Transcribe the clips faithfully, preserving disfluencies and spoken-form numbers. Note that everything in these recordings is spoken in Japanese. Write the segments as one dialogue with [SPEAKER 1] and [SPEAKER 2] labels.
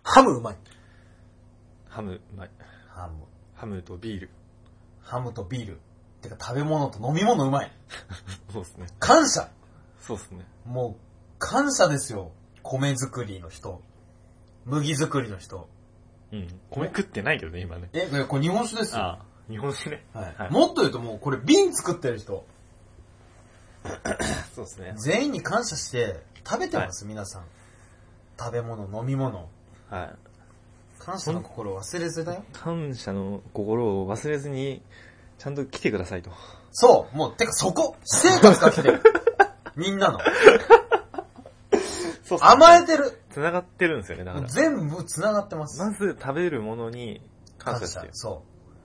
[SPEAKER 1] ハムうまい。
[SPEAKER 2] ハムうまい。
[SPEAKER 1] ハム。
[SPEAKER 2] ハムとビール。
[SPEAKER 1] ハムとビール。てか食べ物と飲み物うまい。
[SPEAKER 2] そうですね。
[SPEAKER 1] 感謝。
[SPEAKER 2] そうですね。
[SPEAKER 1] もう、感謝ですよ。米作りの人。麦作りの人。
[SPEAKER 2] うん。米食ってないけどね、今ね。
[SPEAKER 1] え、これ日本酒ですよ。
[SPEAKER 2] ああ、日本酒ね。
[SPEAKER 1] はい。
[SPEAKER 2] はい、
[SPEAKER 1] もっと言うともう、これ瓶作ってる人。
[SPEAKER 2] そうですね。
[SPEAKER 1] 全員に感謝して食べてます、
[SPEAKER 2] はい、
[SPEAKER 1] 皆さん。食べ物、飲み物。
[SPEAKER 2] はい。
[SPEAKER 1] 感謝の心を忘れずだよ。
[SPEAKER 2] 感謝の心を忘れずに、ちゃんと来てくださいと。
[SPEAKER 1] そう、もう、てかそこ私生活が来てる。みんなの。そう、甘えてる。
[SPEAKER 2] 繋がってるんですよね、だから。
[SPEAKER 1] 全部繋がってます。
[SPEAKER 2] まず食べるものに感謝してる。
[SPEAKER 1] そう。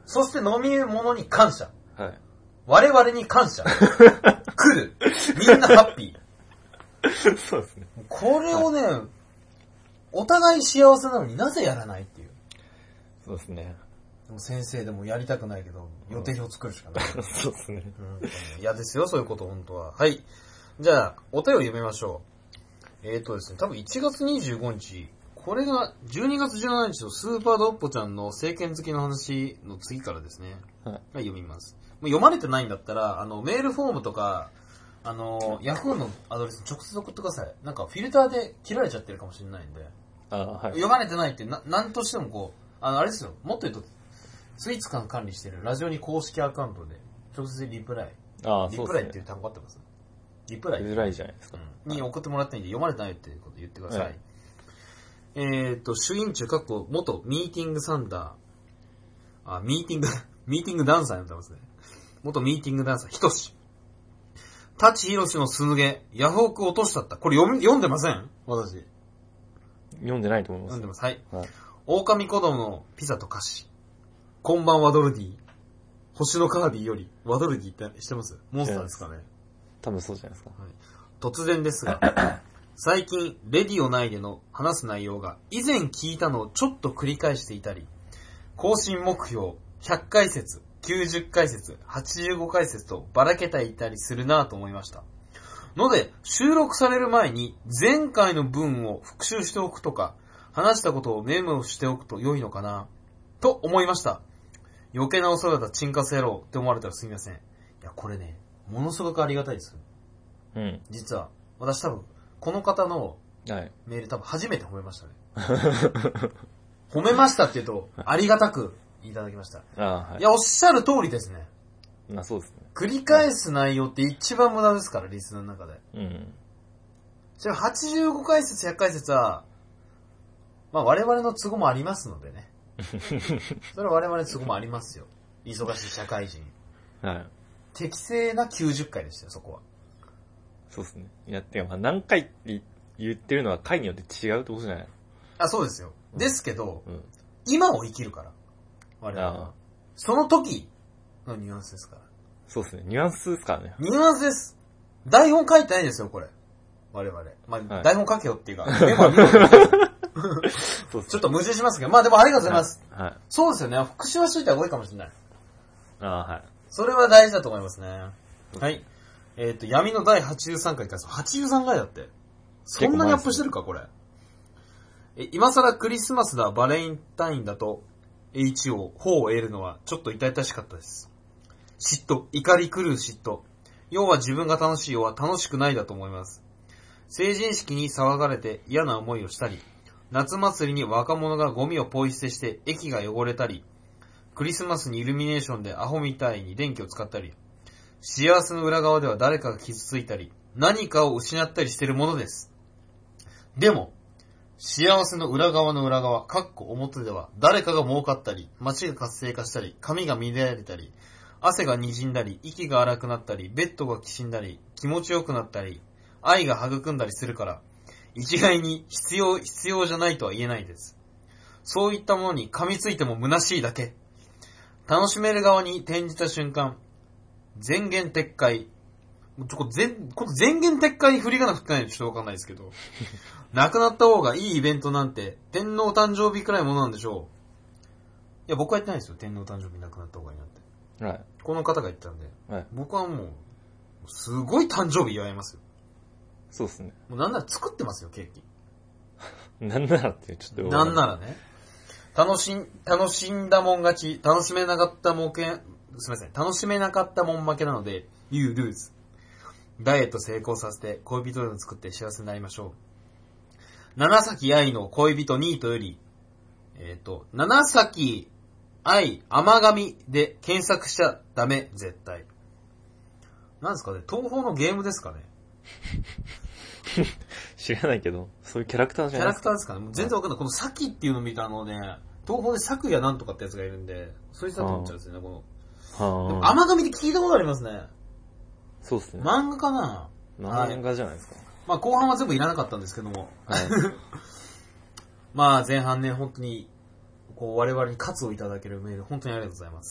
[SPEAKER 1] そして飲み物に感謝。
[SPEAKER 2] はい。
[SPEAKER 1] 我々に感謝。来る。みんなハッピ
[SPEAKER 2] ー。そうですね。
[SPEAKER 1] これをね、はい、お互い幸せなのになぜやらないっていう。
[SPEAKER 2] そうですね。
[SPEAKER 1] でも先生でもやりたくないけど、予定表作るしかない。
[SPEAKER 2] そうですね。
[SPEAKER 1] 嫌、うん、ですよ、そういうこと本当は。はい。じゃあ、お便り読みましょう。えーとですね、多分いちがつにじゅうごにち、これがじゅうにがつじゅうしちにちのスーパードッポちゃんの政権好きの話の次からですね。はい。読みます。もう読まれてないんだったら、あの、メールフォームとか、あの、ヤフーのアドレスに直接送ってください。なんかフィルターで切られちゃってるかもしれないんで。
[SPEAKER 2] ああ、はい。
[SPEAKER 1] 読まれてないってな、なんとしてもこう、あの、あれですよ。もっと言うと、スイーツ館管理してるラジオに公式アカウントで、直接リプライ。
[SPEAKER 2] ああ、
[SPEAKER 1] リプライっていう単語合ってます？リプライ。
[SPEAKER 2] リプライじゃないですか。
[SPEAKER 1] うん。に送ってもらったんで読まれてないっていうこと言ってください。はい、えーと、主演中、過去、元ミーティングサンダー、あ、ミーティング、ミーティングダンサーやってますね。元ミーティングダンサー、ひとし。舘ひろしのすぬげ、ヤフオク落としたった。これ読み、読んでません？私。
[SPEAKER 2] 読んでないと思います。
[SPEAKER 1] 読んでます。はい。
[SPEAKER 2] はい、
[SPEAKER 1] 狼子供のピザと菓子。こんばんワドルディ。星のカービィより、ワドルディって知ってます？モンスターですかね。
[SPEAKER 2] 多分そうじゃないですか。
[SPEAKER 1] はい、突然ですが、最近、レディオ内での話す内容が、以前聞いたのをちょっと繰り返していたり、更新目標、ひゃっかい説、きゅうじゅっかい説、はちじゅうごかい説とばらけていたりするなぁと思いました。ので、収録される前に、前回の文を復習しておくとか、話したことをメモしておくと良いのかなと思いました。余計なお世話だチンカス野郎って思われたらすみません。いや、これね、ものすごくありがたいです。
[SPEAKER 2] うん。
[SPEAKER 1] 実は、私多分、この方のメール多分初めて褒めましたね。褒めましたって言うと、ありがたくいただきました。
[SPEAKER 2] あ、はい、
[SPEAKER 1] いや、おっしゃる通りですね。
[SPEAKER 2] まあそうですね。
[SPEAKER 1] 繰り返す内容って一番無駄ですから、リスナーの中で。
[SPEAKER 2] うん。
[SPEAKER 1] じゃあ、はちじゅうごかい説、ひゃっかい説は、まあ我々の都合もありますのでね。それは我々の都合もありますよ。忙しい社会人。
[SPEAKER 2] はい。
[SPEAKER 1] 適正なきゅうじゅっかいでしたよ、そこは。
[SPEAKER 2] そうですね。いや、てかまあ何回って言ってるのは回によって違うってことじゃない？
[SPEAKER 1] あ、そうですよ。
[SPEAKER 2] うん、
[SPEAKER 1] ですけど、
[SPEAKER 2] うん、
[SPEAKER 1] 今を生きるから。我々は。その時のニュアンスですから。
[SPEAKER 2] そうですね。ニュアンスですからね。
[SPEAKER 1] ニュアンスです。台本書いてないですよ、これ。我々。まあ、はい、台本書けよっていうか、メモは見ろってそうちょっと矛盾しますけど、まあでもありがとうございます。
[SPEAKER 2] はい。はい、
[SPEAKER 1] そうですよね。復習はしといた方がいいかもしれない。
[SPEAKER 2] ああ、はい。
[SPEAKER 1] それは大事だと思いますね。はい。えっ、ー、と、闇のだいはちじゅうさんかいから、はちじゅうさんかいだって。そんなにアップしてるか、これ。え、今更クリスマスだ、バレンタインだと、エイチオー、法を得るのは、ちょっと痛々しかったです。嫉妬、怒り狂う嫉妬。要は自分が楽しい、要は楽しくないだと思います。成人式に騒がれて嫌な思いをしたり、夏祭りに若者がゴミをポイ捨てして駅が汚れたり、クリスマスにイルミネーションでアホみたいに電気を使ったり、幸せの裏側では誰かが傷ついたり、何かを失ったりしているものです。でも、幸せの裏側の裏側、かっこ表では、誰かが儲かったり、街が活性化したり、髪が乱れたり、汗が滲んだり、息が荒くなったり、ベッドがきしんだり、気持ちよくなったり、愛が育んだりするから、一概に必要、必要じゃないとは言えないです。そういったものに噛みついても虚しいだけ。楽しめる側に転じた瞬間、前言撤回。ちょこ前、この前言撤回に振りがなくてないのちょっとわかんないですけど。なくなった方がいいイベントなんて、天皇誕生日くらいものなんでしょう。いや、僕は言ってないですよ。天皇誕生日なくなった方がいいなんて。
[SPEAKER 2] はい。
[SPEAKER 1] この方が言ってたんで。
[SPEAKER 2] はい。
[SPEAKER 1] 僕はもう、すごい誕生日祝いますよ。
[SPEAKER 2] そうですね。
[SPEAKER 1] もうなんなら作ってますよ、ケーキ。
[SPEAKER 2] なんならってちょっと。
[SPEAKER 1] なんならね。楽しん、楽しんだもん勝ち、楽しめなかったもんけ、すみません。楽しめなかったもん負けなので、You lose。ダイエット成功させて、恋人でも作って幸せになりましょう。七崎愛の恋人ニートより、えっ、ー、と、七崎愛甘神で検索しちゃダメ、絶対。なんですかね、東宝のゲームですかね。
[SPEAKER 2] 知らないけど、そういうキャラクターじゃないですか。
[SPEAKER 1] キャラクターですかね。もう全然わかんない。このサキっていうのを見たのね、東宝で昨夜なんとかってやつがいるんで、そいつだと思っちゃうんですよね、この。でも甘神って聞いたことありますね。
[SPEAKER 2] そうっすね。
[SPEAKER 1] 漫画かな
[SPEAKER 2] 漫画じゃないですか。
[SPEAKER 1] まあ後半は全部いらなかったんですけども。はい、まあ前半ね、本当に、こう我々に喝をいただけるメール、本当にありがとうございます。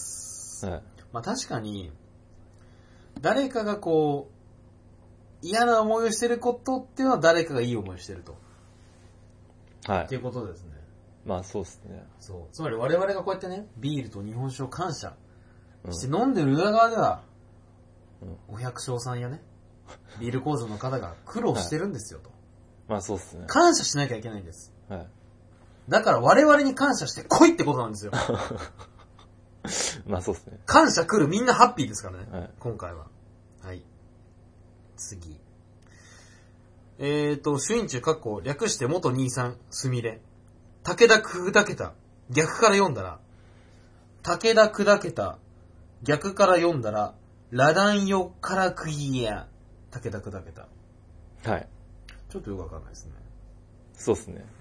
[SPEAKER 1] はい、まあ確かに、誰かがこう、嫌な思いをしてることっていうのは誰かがいい思いをしてると。はい。っていうことですね。
[SPEAKER 2] まあそうですね。
[SPEAKER 1] そう。つまり我々がこうやってね、ビールと日本酒を感謝して飲んでる裏側では、うん、お百姓さんやね、ビール工場の方が苦労してるんですよと。はい、
[SPEAKER 2] まあそうですね。
[SPEAKER 1] 感謝しなきゃいけないんです。はい。
[SPEAKER 2] だ
[SPEAKER 1] から我々に感謝して来いってことなんですよ。
[SPEAKER 2] まあそうですね。
[SPEAKER 1] 感謝来るみんなハッピーですからね。はい、今回は。はい。次。えーと、主演中、かっこ略して元兄さん、すみれ。武田砕けた。逆から読んだら。武田砕けた。逆から読んだら。ラダンヨから食いや。武田砕けた。
[SPEAKER 2] はい。
[SPEAKER 1] ちょっとよくわかんないですね。
[SPEAKER 2] そうですね。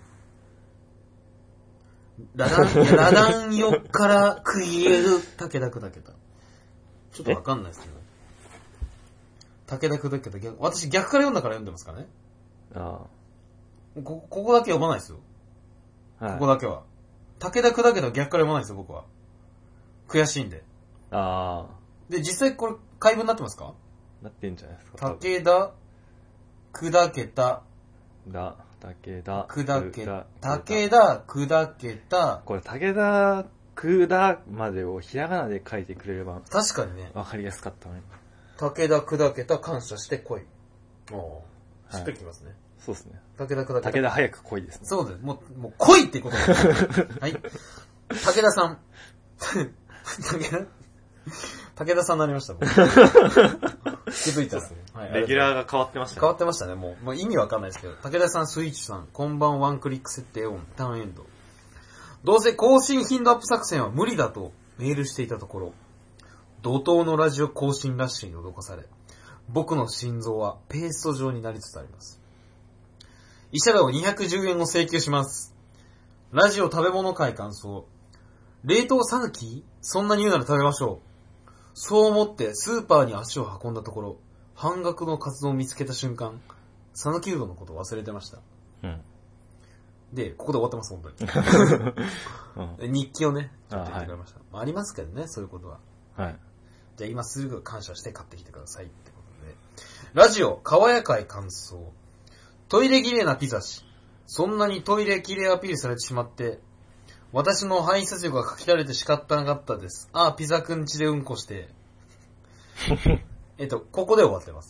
[SPEAKER 1] うん、ラダン、ラダンヨから食いえる。武田砕けた。ちょっとわかんないですね。武田砕けた逆、私逆から読んだから読んでますからね。ああ。こ、ここだけ読まないですよ。はい。ここだけは。武田砕けた逆から読まないですよ、僕は。悔しいんで。ああ。で、実際これ、解文になってますか？
[SPEAKER 2] なってんじゃないですか。
[SPEAKER 1] 武田、砕けた。
[SPEAKER 2] だ、武田、
[SPEAKER 1] 砕けた。武田、砕けた。
[SPEAKER 2] これ、武田、砕までをひらがなで書いてくれれば。
[SPEAKER 1] 確かにね。
[SPEAKER 2] わかりやすかったね。
[SPEAKER 1] 武田砕けた感謝して来い。おー。しっくりきますね。はい、
[SPEAKER 2] そうですね。
[SPEAKER 1] 武田砕けた。
[SPEAKER 2] 武田早く来いですね。
[SPEAKER 1] そうです。もう、もう来いってことです。はい。武田さん。武田武田さんになりました、僕。気づいたですね。
[SPEAKER 2] はい。レギュラーが変わってました
[SPEAKER 1] ね。変わってましたね、もう。もう意味わかんないですけど。武田さん、スイッチさん、こんばんワンクリック設定オン、ターンエンド。どうせ更新頻度アップ作戦は無理だとメールしていたところ、怒涛のラジオ更新ラッシュに脅かされ、僕の心臓はペースト状になりつつあります。慰謝料にひゃくじゅうえんを請求します。ラジオ食べ物会感想。冷凍サヌキ？そんなに言うなら食べましょう。そう思ってスーパーに足を運んだところ、半額のカツ丼を見つけた瞬間、サヌキうどんのことを忘れてました。うん。で、ここで終わってます、本当に。うん、日記をね、ちょっと言ってくれました。あ、はい、ありますけどね、そういうことは。はい。じゃあ今すぐ感謝して買ってきてくださいってことで。ラジオ、川谷会感想。トイレ綺麗なピザし。そんなにトイレ綺麗アピールされてしまって、私の排泄力がかきられて仕方なかったです。ああ、ピザくん家でうんこして。えっと、ここで終わってます。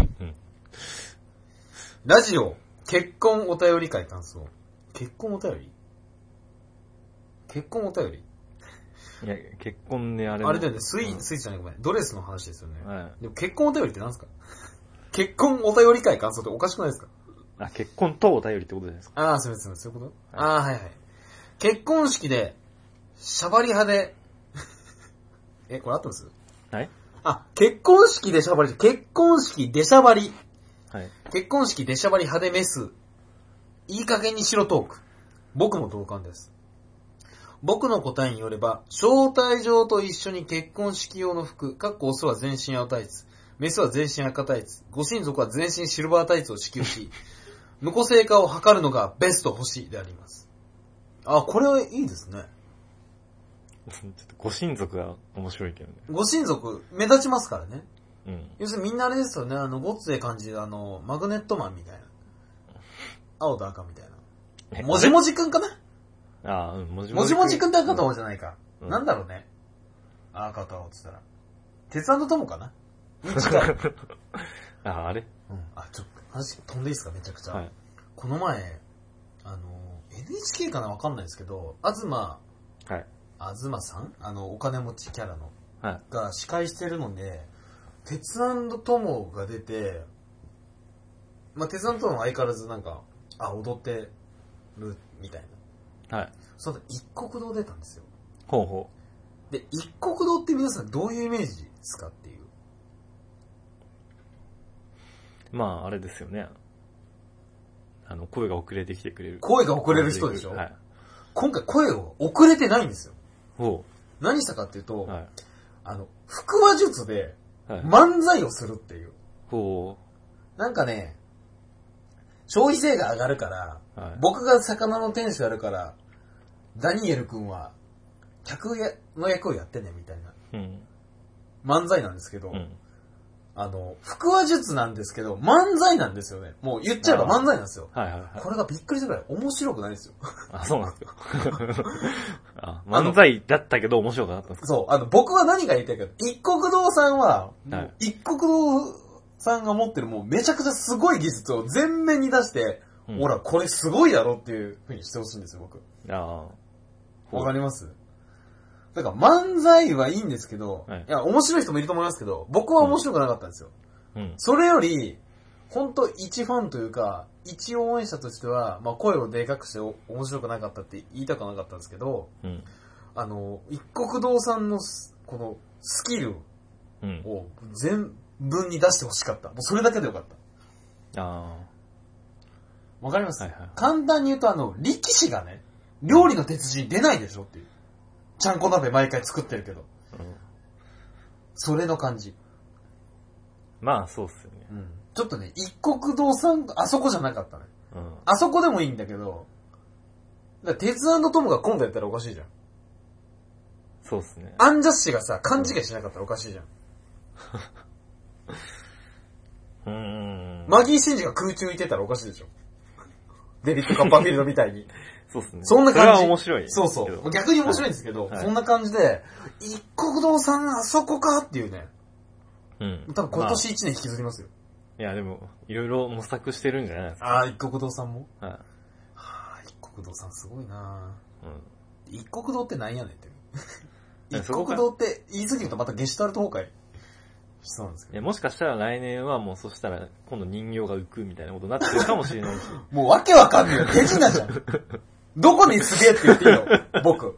[SPEAKER 1] ラジオ、結婚お便り会感想。結婚お便り結婚お便り
[SPEAKER 2] いや、結婚ね、あれ
[SPEAKER 1] あれだよね、スイーツ、スイーツじゃないごめん。ドレスの話ですよね。はい。でも結婚お便りって何ですか？結婚お便り会感想っておかしくないですか？
[SPEAKER 2] あ、結婚とお便りってことじゃないですか。
[SPEAKER 1] ああ、すみません、そういうこと、はい、ああ、はいはい。結婚式で、シャバリ派で、え、これ合ってます？はい。あ、結婚式でシャバリ、結婚式でシャバリ。はい。結婚式でシャバリ派でメス。いい加減にしろトーク。僕も同感です。僕の答えによれば、招待状と一緒に結婚式用の服、かっこオスは全身青タイツ、メスは全身赤タイツ、ご親族は全身シルバータイツを支給し、無個性化を図るのがベスト星であります。あ、これはいいですね。
[SPEAKER 2] ちょっとご親族が面白いけどね。
[SPEAKER 1] ご親族、目立ちますからね。うん。要するにみんなあれですよね、あの、ごっつええ感じで、あの、マグネットマンみたいな。青と赤みたいな。もじもじくんかな？ああ、うん、もじもじくん。もじもじくんって赤と青じゃないか。うん、なんだろうね。赤と青って言ったら。鉄腕の友かな？違う。
[SPEAKER 2] ああ、あれ？
[SPEAKER 1] うん。あ、ちょっと、話飛んでいいですか？めちゃくちゃ。はい。この前、 あの、エヌエイチケー かなわかんないですけど、東、
[SPEAKER 2] はい。
[SPEAKER 1] 東さんあの、お金持ちキャラの、
[SPEAKER 2] はい。
[SPEAKER 1] が司会してるので、鉄腕友が出て、まあ、鉄腕友は相変わらずなんか、あ、踊ってる、みたいな。
[SPEAKER 2] はい。
[SPEAKER 1] その後、一国堂出たんですよ。
[SPEAKER 2] ほうほ
[SPEAKER 1] で、一国堂って皆さんどういうイメージですかっていう。
[SPEAKER 2] う。まあ、あれですよね。あの、声が遅れてきてくれる。
[SPEAKER 1] 声が遅れる人でしょ。
[SPEAKER 2] はい。
[SPEAKER 1] 今回声を遅れてないんですよ。
[SPEAKER 2] ほ
[SPEAKER 1] 何したかっていうと、
[SPEAKER 2] う。はい。
[SPEAKER 1] あの、腹話術で
[SPEAKER 2] はい。
[SPEAKER 1] 漫才をするっていう。
[SPEAKER 2] ほ
[SPEAKER 1] なんかね、消費税が上がるから、
[SPEAKER 2] う。はい。
[SPEAKER 1] 僕が魚の店主やるから、ダニエル君は客の役をやってねみたいな
[SPEAKER 2] うん。
[SPEAKER 1] 漫才なんですけど、
[SPEAKER 2] うん。
[SPEAKER 1] あの、腹話術なんですけど、漫才なんですよね。もう言っちゃえば漫才なんですよ。
[SPEAKER 2] はいはいはい。
[SPEAKER 1] これがびっくりするぐらい面白くないんですよ。
[SPEAKER 2] あ、そうなんですよ。あ、漫才だったけど面白くなかったんですか？
[SPEAKER 1] そう、あの、僕は何が言いたいか、一国堂さんは、
[SPEAKER 2] はい、
[SPEAKER 1] 一国堂さんが持ってるもうめちゃくちゃすごい技術を全面に出して、うん、ほら、これすごいだろっていう風にしてほしいんですよ、僕。
[SPEAKER 2] ああ。
[SPEAKER 1] わかります？だから漫才はいいんですけど、はい、いや、面白い人もいると思いますけど、僕は面白くなかったんですよ。うん、それより、本当一ファンというか、一応応援者としては、まあ声をでかくして面白くなかったって言いたくなかったんですけど、うん、あの、一国堂さんのこのスキルを全文に出してほしかった。もうそれだけでよかった。ああ。わかります、はいはい、簡単に言うと、あの、力士がね、料理の鉄人出ないでしょっていう。ちゃんこ鍋毎回作ってるけど。うん、それの感じ。
[SPEAKER 2] まあ、そうっすよね。
[SPEAKER 1] うん、ちょっとね、一国堂さん、あそこじゃなかったね。うん、あそこでもいいんだけど、だから鉄腕の友が今度やったらおかしいじゃん。
[SPEAKER 2] そうっすね。
[SPEAKER 1] アンジャッシュがさ、勘違いしなかったらおかしいじゃん。うーん。マギー・シンジが空中にいてたらおかしいでしょ。デビッド・カッパーフィールドみたいに。
[SPEAKER 2] そうっすね。
[SPEAKER 1] そんな感じ。
[SPEAKER 2] それは面白い。
[SPEAKER 1] そうそう。逆に面白いんですけど、はい、そんな感じで、一国堂さんあそこかっていうね。うん。多分今年一年引きずりますよ。
[SPEAKER 2] まあ、いや、でも、いろいろ模索してるんじゃないですか。
[SPEAKER 1] ああ、一国堂さんもはい。は
[SPEAKER 2] あ、
[SPEAKER 1] 一国堂さんすごいなうん。一国堂ってなんやねんって。一国堂って言い過ぎるとまたゲシュタルト崩壊しそうなんですけど。
[SPEAKER 2] いや、もしかしたら来年はもうそしたら今度人形が浮くみたいなことになってるかもしれないし。
[SPEAKER 1] もうわけわかんねえよ。手品じゃん。どこにすげえって言っていいの僕。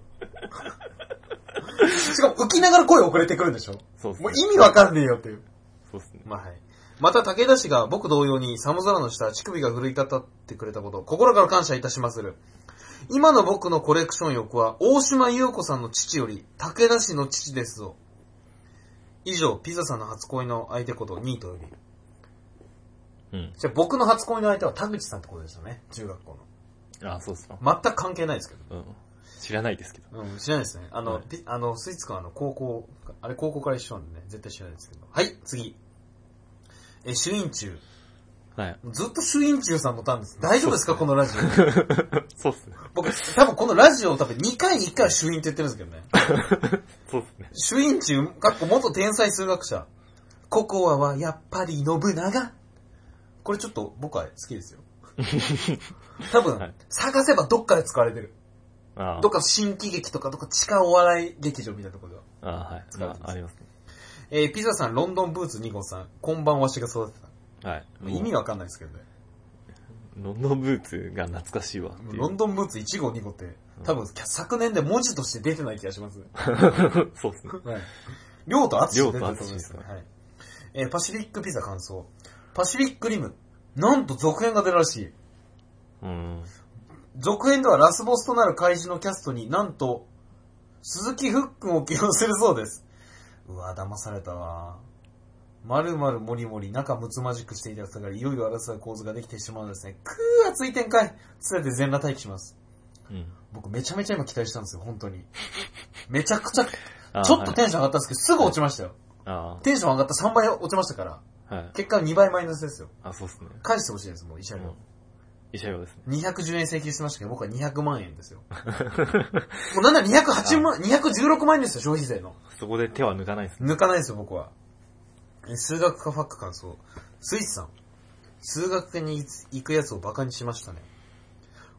[SPEAKER 1] しかも浮きながら声遅れてくるんでしょそうっすね。もう意味わかんねえよっていう。
[SPEAKER 2] そうっすね。
[SPEAKER 1] まあはい。また武田氏が僕同様に寒空の下、乳首が奮い立ってくれたこと、心から感謝いたしまする。今の僕のコレクション欲は、大島優子さんの父より、武田氏の父ですぞ。以上、ピザさんの初恋の相手ことニートより。うん。じゃあ僕の初恋の相手は田口さんってことですよね。中学校
[SPEAKER 2] の。ああ、そうっすか。
[SPEAKER 1] 全く関係ないですけど。うん。
[SPEAKER 2] 知らないですけど。
[SPEAKER 1] うん、知らないですね。あの、はい、あの、スイーツくんはあの、高校、あれ高校から一緒なんでね、絶対知らないですけど。はい、次。え、朱印中。はい。ずっと朱印中さんのターンです。大丈夫ですか、このラジオ。
[SPEAKER 2] そうっすね。
[SPEAKER 1] 僕、多分このラジオ多分にかいにいっかいは朱印って言ってるんですけどね。
[SPEAKER 2] そうっすね。
[SPEAKER 1] 朱印中、かっこ元天才数学者。ココアはやっぱり信長。これちょっと僕は好きですよ。多分、はい、探せばどっかで使われてる。あどっか新喜劇とか、どっか地下お笑い劇場みたいなところでは。
[SPEAKER 2] あはい。使われてます。ありますね。
[SPEAKER 1] えー、ピザさん、ロンドンブーツに号さん、こんばんわしが育てた。はい。意味わかんないですけどね。
[SPEAKER 2] ロンドンブーツが懐かしいわっていう。
[SPEAKER 1] ロンドンブーツいち号に号って、多分、うん、昨年で文字として出てない気がします。
[SPEAKER 2] そうですね。はい。
[SPEAKER 1] 量と厚さ出てると思うんですね。はい。えー、パシフィックピザ感想。パシフィックリム。なんと続編が出るらしい。うん。続編ではラスボスとなる怪獣のキャストになんと、鈴木フックンを起用するそうです。うわ、騙されたわ。まるまるもりもり仲睦まじくしていたやつがいよいよ争う構図ができてしまうんですね。くー、熱い展開。つれて全裸待機します。うん。僕めちゃめちゃ今期待したんですよ、本当に。めちゃくちゃ、ちょっとテンション上がったんですけど、すぐ落ちましたよ。あテンション上がったさんばい落ちましたから。はい。結果にばいマイナスですよ。
[SPEAKER 2] あ、そうっすね。
[SPEAKER 1] 返してほしいです、もう、慰謝料。
[SPEAKER 2] 慰謝料ですね。
[SPEAKER 1] にひゃくじゅうえん請求してましたけど、僕はにひゃくまんえんですよ。もうなんならにひゃくはちまん、にひゃくじゅうろくまんえんですよ、消費税の。
[SPEAKER 2] そこで手は抜かないです
[SPEAKER 1] ね。抜かないですよ、僕は。数学科ファック感想。スイスさん。数学科に行くやつをバカにしましたね。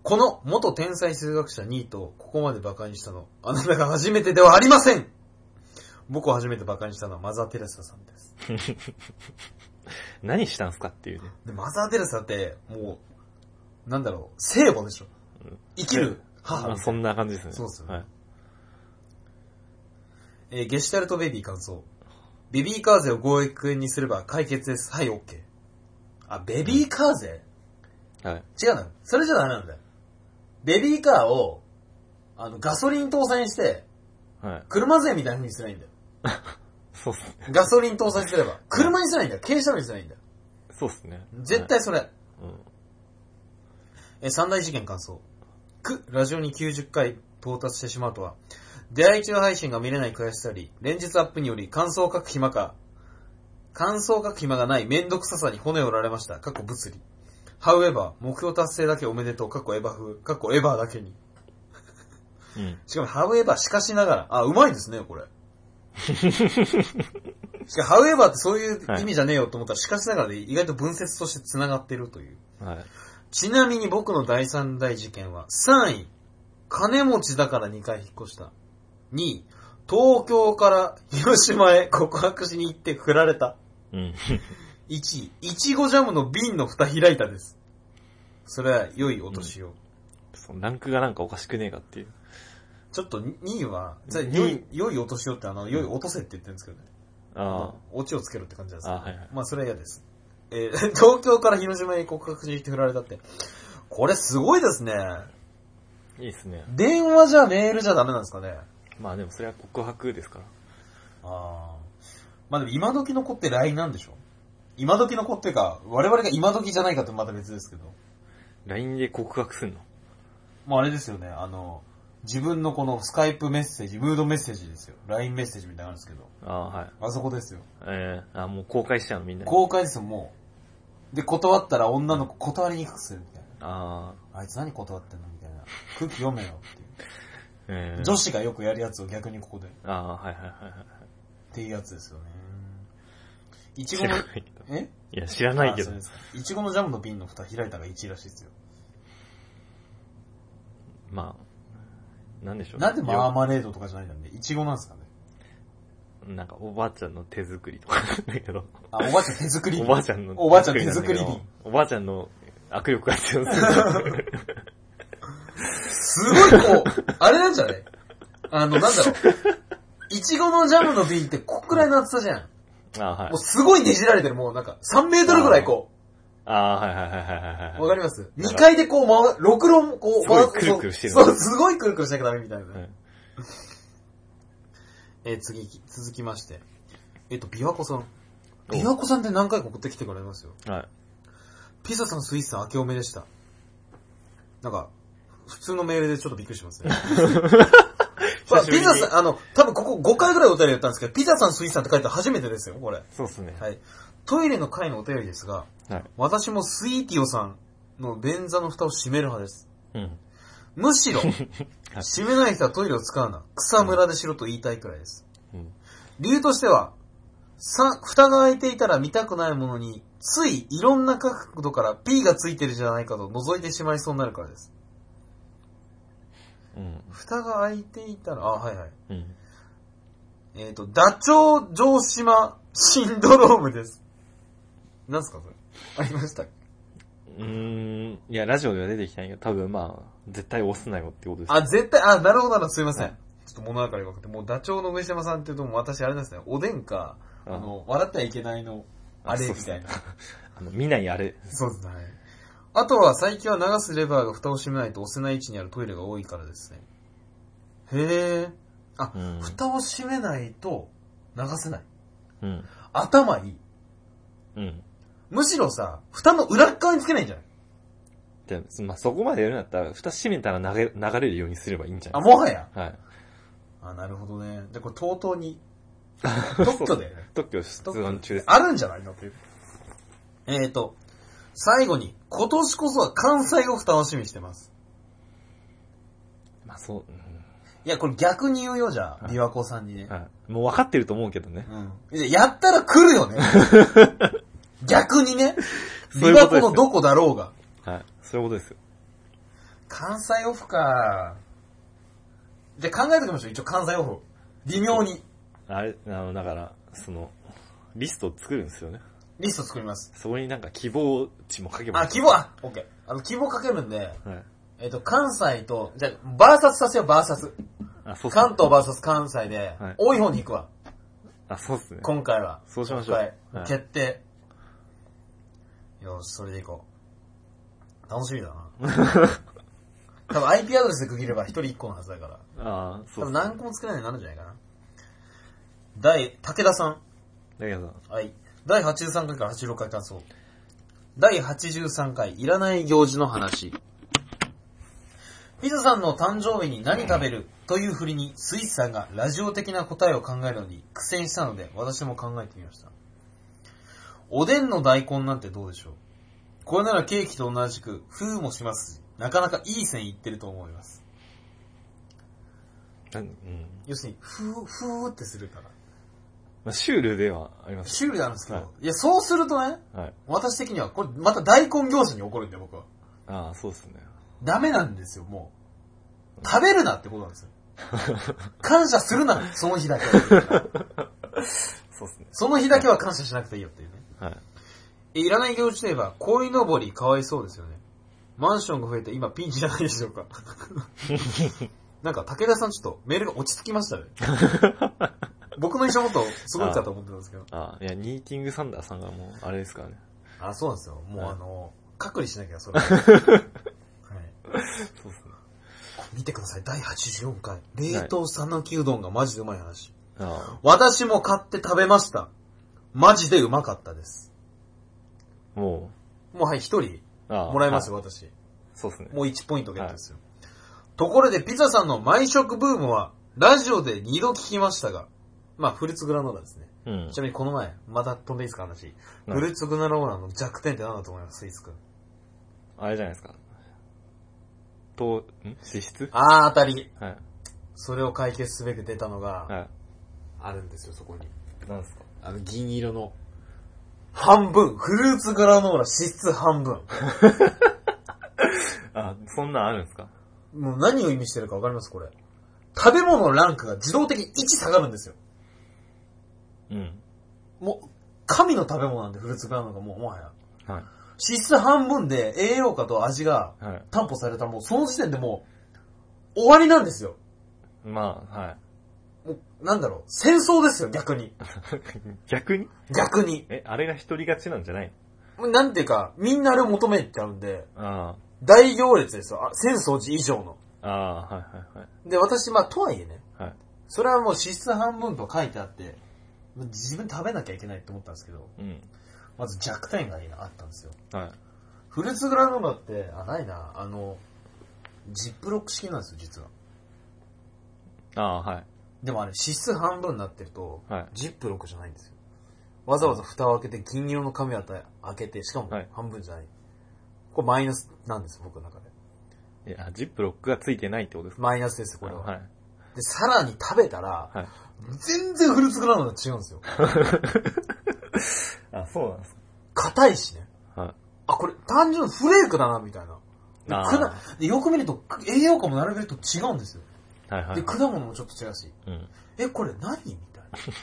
[SPEAKER 1] この元天才数学者ニートをここまで馬鹿にしたの、あなたが初めてではありません。僕を初めて馬鹿にしたのはマザー・テレサさんです。
[SPEAKER 2] 何したんすかっていうね。
[SPEAKER 1] でマザー・テレサって、もう、なんだろう、聖母でしょ。うん、生きる母、
[SPEAKER 2] まあ。そんな感じですね。
[SPEAKER 1] そうっすよね。
[SPEAKER 2] はい、
[SPEAKER 1] えー、ゲシュタルトベビー感想。ベビーカーゼをごおくえんにすれば解決です。はい、オッケー。あ、ベビーカーゼ、
[SPEAKER 2] うん、はい。
[SPEAKER 1] 違うの。それじゃダメなんだよ。ベビーカーを、あの、ガソリン搭載して、はい。車税みたいな風にすればいいんだよ。
[SPEAKER 2] そうっすね。
[SPEAKER 1] ガソリン搭載すれば。車にすればいいんだよ。軽車にすればいいんだよ。
[SPEAKER 2] そうっすね。
[SPEAKER 1] 絶対それ。はい、
[SPEAKER 2] うん。
[SPEAKER 1] え、三大事件感想。く、ラジオにきゅうじゅっかい到達してしまうとは。出会い中配信が見れない悔しさより、連日アップにより感想を書く暇か、感想を書く暇がないめんどくささに骨を折られました。過去物理。However、目標達成だけおめでとう。過去エヴァ風。過去エヴァだけに。うん、しかも、However、しかしながら。あ、うまいですね、これ。しかも、However ってそういう意味じゃねえよと思ったら、はい、しかしながらで意外と文節として繋がってるという。はい、ちなみに僕の第三大事件は、さんい、金持ちだからにかい引っ越した。にい、東京から広島へ告白しに行って振られた。うん、いちい、いちごジャムの瓶の蓋開いたです。それは良いお年を。うん、
[SPEAKER 2] そのランクがなんかおかしくねえかっていう。
[SPEAKER 1] ちょっとにいは、良い、良いお年をってあの、良い落とせって言ってるんですけどね。ああ。オチをつけろって感じなんですけど。あ、はいはい。まあそれは嫌です。えー、東京から広島へ告白しに行って振られたって。これすごいですね。
[SPEAKER 2] いいですね。
[SPEAKER 1] 電話じゃメールじゃダメなんですかね。
[SPEAKER 2] まあでもそれは告白ですから。
[SPEAKER 1] ああ。まあでも今時の子って ライン なんでしょ？今時の子っていうか、我々が今時じゃないかってまた別ですけど。
[SPEAKER 2] ライン で告白すんの？
[SPEAKER 1] まああれですよね、あの、自分のこのスカイプメッセージ、ムードメッセージですよ。ライン メッセージみたいなのあるんですけど。ああ、はい。あそこですよ。
[SPEAKER 2] ええー、あ、もう公開しちゃうのみんなに。
[SPEAKER 1] 公開ですよ、もう。で、断ったら女の子断りにくくするみたいな。ああ。あいつ何断ってんのみたいな。空気読めよっていう。えー、女子がよくやるやつを逆にここで。ああ、はいはいはいはい。っていうやつですよね。いちごの、
[SPEAKER 2] えいや、知らないけど。
[SPEAKER 1] いちごのジャムの瓶の蓋開いたがいちいらしいですよ。
[SPEAKER 2] まあ、なんでしょう、
[SPEAKER 1] ね。なんでマーマレードとかじゃないんだね。いちごなんですかね。
[SPEAKER 2] なんかおばあちゃんの手作りとかだけど。
[SPEAKER 1] あ、おばあちゃん手作り
[SPEAKER 2] おばあちゃんの
[SPEAKER 1] おばあちゃん手作り瓶。
[SPEAKER 2] おばあちゃんの握力が強すぎる。
[SPEAKER 1] すごいこう、あれなんじゃないあの、なんだろう。いちごのジャムの瓶ってこっくらいの厚さじゃん。あ、はい。もうすごいねじられてる、もうなんかさんメートルぐらいこう。
[SPEAKER 2] ああ、はいはいはいはいはい。
[SPEAKER 1] わかります ?に 階でこう回、ろくろこう、
[SPEAKER 2] すごいくるくるしてる。
[SPEAKER 1] そう、すごいくるくるしなきゃダメみたいな。はい、えー、次、続きまして。えっと、琵琶湖さん。琵琶湖さんって何回か送ってきてくれますよ。はい。ピザさん、スイーツさん、明けおめでした。なんか、普通のメールでちょっとびっくりしますね。まあ、ピザさん、あの、多分ここごかいぐらいお便り言ったんですけど、ピザさん、スイーツさんって書いたら初めてですよ、これ。
[SPEAKER 2] そうですね。
[SPEAKER 1] はい。トイレの回のお便りですが、はい、私もスイーティオさんの便座の蓋を閉める派です。うん、むしろ、閉めない人はトイレを使うな。草むらでしろと言いたいくらいです。うん、理由としては、さ、蓋が開いていたら見たくないものに、ついいろんな角度から P がついてるじゃないかと覗いてしまいそうになるからです。うん、蓋が開いていたら、あ、はいはい。うん、えっと、ダチョウ城島シンドロームです。なんすかそれありましたっけ？
[SPEAKER 2] うーん。いや、ラジオでは出てきたんやけど、多分まあ、絶対押すなよってことです。
[SPEAKER 1] あ、絶対、あ、なるほどな、すいません。はい、ちょっと物分かり分かって、もうダチョウの上島さんっていうと、もう私あれですね、おでんか、あの、笑ってはいけないの、あれみたいな。
[SPEAKER 2] あの、見ないあれ。
[SPEAKER 1] そうですね。あとは、最近は流すレバーが蓋を閉めないと押せない位置にあるトイレが多いからですね。へえ。あ、うん、蓋を閉めないと流せない。うん。頭いい。うん。むしろさ、蓋の裏側につけないんじゃない
[SPEAKER 2] じゃあ、まあ、そこまでやるんだったら、蓋閉めたら流れ、流れるようにすればいいんじゃない
[SPEAKER 1] ですか。あ、もはや。
[SPEAKER 2] はい。
[SPEAKER 1] あ、なるほどね。で、これ、とうとうに、特許で、ね。
[SPEAKER 2] 特許出願中です。
[SPEAKER 1] あるんじゃないのっていう。えーと、最後に、今年こそは関西を楽しみにしてます。
[SPEAKER 2] まあ、そう、うん、
[SPEAKER 1] いや、これ逆に言うよ、じゃあ、琵琶湖さんにね、
[SPEAKER 2] はい。もう分かってると思うけどね。
[SPEAKER 1] うん。やったら来るよね。逆にね。琵琶湖のどこだろうが。
[SPEAKER 2] はい。そういうことですよ。
[SPEAKER 1] 関西オフか。じゃあ考えておきましょう、一応関西オフ。微妙に。
[SPEAKER 2] あれ、あの、だから、その、リストを作るんですよね。
[SPEAKER 1] リスト作ります。
[SPEAKER 2] そこになんか希望値も書けばいい。
[SPEAKER 1] あ、希望、あ、オッケー。あの、希望かけるんで、
[SPEAKER 2] はい。
[SPEAKER 1] えっと、関西と、じゃあ、バーサスさせよう、バーサス。
[SPEAKER 2] あ、そうっすね。
[SPEAKER 1] 関東バーサス関西で、
[SPEAKER 2] はい
[SPEAKER 1] 多い方に行くわ。
[SPEAKER 2] あ、そうっすね。
[SPEAKER 1] 今回は。
[SPEAKER 2] そうしましょう
[SPEAKER 1] 今回、
[SPEAKER 2] はい
[SPEAKER 1] 決定。よし、それで行こう。楽しみだな。多分 アイピー アドレスで区切れば一人一個のはずだから。
[SPEAKER 2] ああ、そうっすね。
[SPEAKER 1] 多分何個も作れないようになるんじゃないかな。第、武田さん。
[SPEAKER 2] だけど、
[SPEAKER 1] はい。だいはちじゅうさんかいからはちじゅうろっかい感想。だいはちじゅうさんかい、いらない行事の話。ピザさんの誕生日に何食べるという振りに、スイスさんがラジオ的な答えを考えるのに苦戦したので、私も考えてみました。おでんの大根なんてどうでしょう。これならケーキと同じく、風もしますし、なかなかいい線いってると思います。
[SPEAKER 2] なんうん。
[SPEAKER 1] 要するに、ふー、ふーってするから。
[SPEAKER 2] まあ、シュールではあります。
[SPEAKER 1] シュールなんですけど、
[SPEAKER 2] はい
[SPEAKER 1] いや、そうするとね、
[SPEAKER 2] はい。
[SPEAKER 1] 私的には、これまた大根業者に怒るんで、僕は。
[SPEAKER 2] ああ、そうっすね。
[SPEAKER 1] ダメなんですよ、もう。食べるなってことなんですよ。感謝するな、その日だけは。
[SPEAKER 2] そうっすね。
[SPEAKER 1] その日だけは感謝しなくていいよっていうね。
[SPEAKER 2] はい。
[SPEAKER 1] えいらない行事といえば、鯉のぼりかわいそうですよね。マンションが増えて今ピンチじゃないでしょうか。なんか武田さんちょっとメールが落ち着きましたね。僕の印象もっとすごいかと思ってたんですけど。
[SPEAKER 2] ああ、いや、ニーティングサンダーさんがもう、あれですからね。
[SPEAKER 1] あ、そうなんですよ。もう
[SPEAKER 2] はい
[SPEAKER 1] あの、隔離しなきゃ、それは。はい。
[SPEAKER 2] そうっすね。
[SPEAKER 1] 見てください、だいはちじゅうよんかい。冷凍讃岐うどんがマジでうまい話。
[SPEAKER 2] あ
[SPEAKER 1] 私も買って食べました。マジでうまかったです。
[SPEAKER 2] あ、も
[SPEAKER 1] もうはい、一人
[SPEAKER 2] う、ああ、
[SPEAKER 1] もらいますよ、
[SPEAKER 2] はい
[SPEAKER 1] 私。
[SPEAKER 2] そうっすね。
[SPEAKER 1] もういちポイントゲットですよ。ところで、ピザさんの毎食ブームは、ラジオでにど聞きましたが、まあ、フルーツグラノーラですね。
[SPEAKER 2] うん
[SPEAKER 1] ち。なみにこの前、また飛んでいいですか話。
[SPEAKER 2] はい
[SPEAKER 1] フルーツグラノーラの弱点って何だと思いますスイーツくん。
[SPEAKER 2] あれじゃないですか。と、ん脂質
[SPEAKER 1] あー、当たり。
[SPEAKER 2] はい。
[SPEAKER 1] それを解決すべく出たのが、
[SPEAKER 2] は
[SPEAKER 1] あるんですよ、そこに。
[SPEAKER 2] い。なんですか
[SPEAKER 1] あの、銀色の。半分。フルーツグラノーラ脂質半分。
[SPEAKER 2] あ、そんなんあるんですか
[SPEAKER 1] もう何を意味してるかわかりますこれ。食べ物のランクが自動的にいち下がるんですよ。
[SPEAKER 2] うん。
[SPEAKER 1] もう、神の食べ物なんで、フルーツグラノーラがもう、もはや。
[SPEAKER 2] はい。
[SPEAKER 1] 脂質半分で栄養価と味が
[SPEAKER 2] はい。
[SPEAKER 1] 担保されたらもうその時点でもう終わりなんですよ。
[SPEAKER 2] まあ、はい。
[SPEAKER 1] もうなんだろう、戦争ですよ、逆に。
[SPEAKER 2] 逆に
[SPEAKER 1] 逆に。
[SPEAKER 2] え、あれが一人勝ちなんじゃない
[SPEAKER 1] なんていうか、みんなあれを求めちゃうんで、
[SPEAKER 2] あ
[SPEAKER 1] 大行列ですよ。あ浅草寺以上の。
[SPEAKER 2] あ、ああ、はいはいはい。
[SPEAKER 1] で、私、まあ、とはいえね、
[SPEAKER 2] はい。
[SPEAKER 1] それはもう脂質半分と書いてあって、自分食べなきゃいけないって思ったんですけど、
[SPEAKER 2] うん。
[SPEAKER 1] まず弱点があったんですよ。
[SPEAKER 2] はい。
[SPEAKER 1] フルーツグラノーラって、あ、ないな、あの、ジップロック式なんですよ、実は。
[SPEAKER 2] ああ、はい。
[SPEAKER 1] でもあれ、脂質半分になってると、
[SPEAKER 2] はい
[SPEAKER 1] ジップロックじゃないんですよ。わざわざ蓋を開けて、銀色の紙を開けて、しかも
[SPEAKER 2] はい
[SPEAKER 1] 半分じゃない。これマイナスなんです、僕の中で。
[SPEAKER 2] いや、ジップロックがついてないってことですか
[SPEAKER 1] マイナスです、これは。
[SPEAKER 2] はい。
[SPEAKER 1] で、さらに食べたら、
[SPEAKER 2] はい。
[SPEAKER 1] 全然フルーツグラノーラ違うんですよ。
[SPEAKER 2] あ、そうなんです
[SPEAKER 1] 硬いしね。
[SPEAKER 2] かはい。
[SPEAKER 1] あ、これ単純フレークだな、みたいな。で
[SPEAKER 2] あー
[SPEAKER 1] くなでよく見ると、栄養価も並べると違うんですよ。
[SPEAKER 2] はいはい。
[SPEAKER 1] で、果物もちょっと違うし。
[SPEAKER 2] うん。
[SPEAKER 1] え、これ何みたい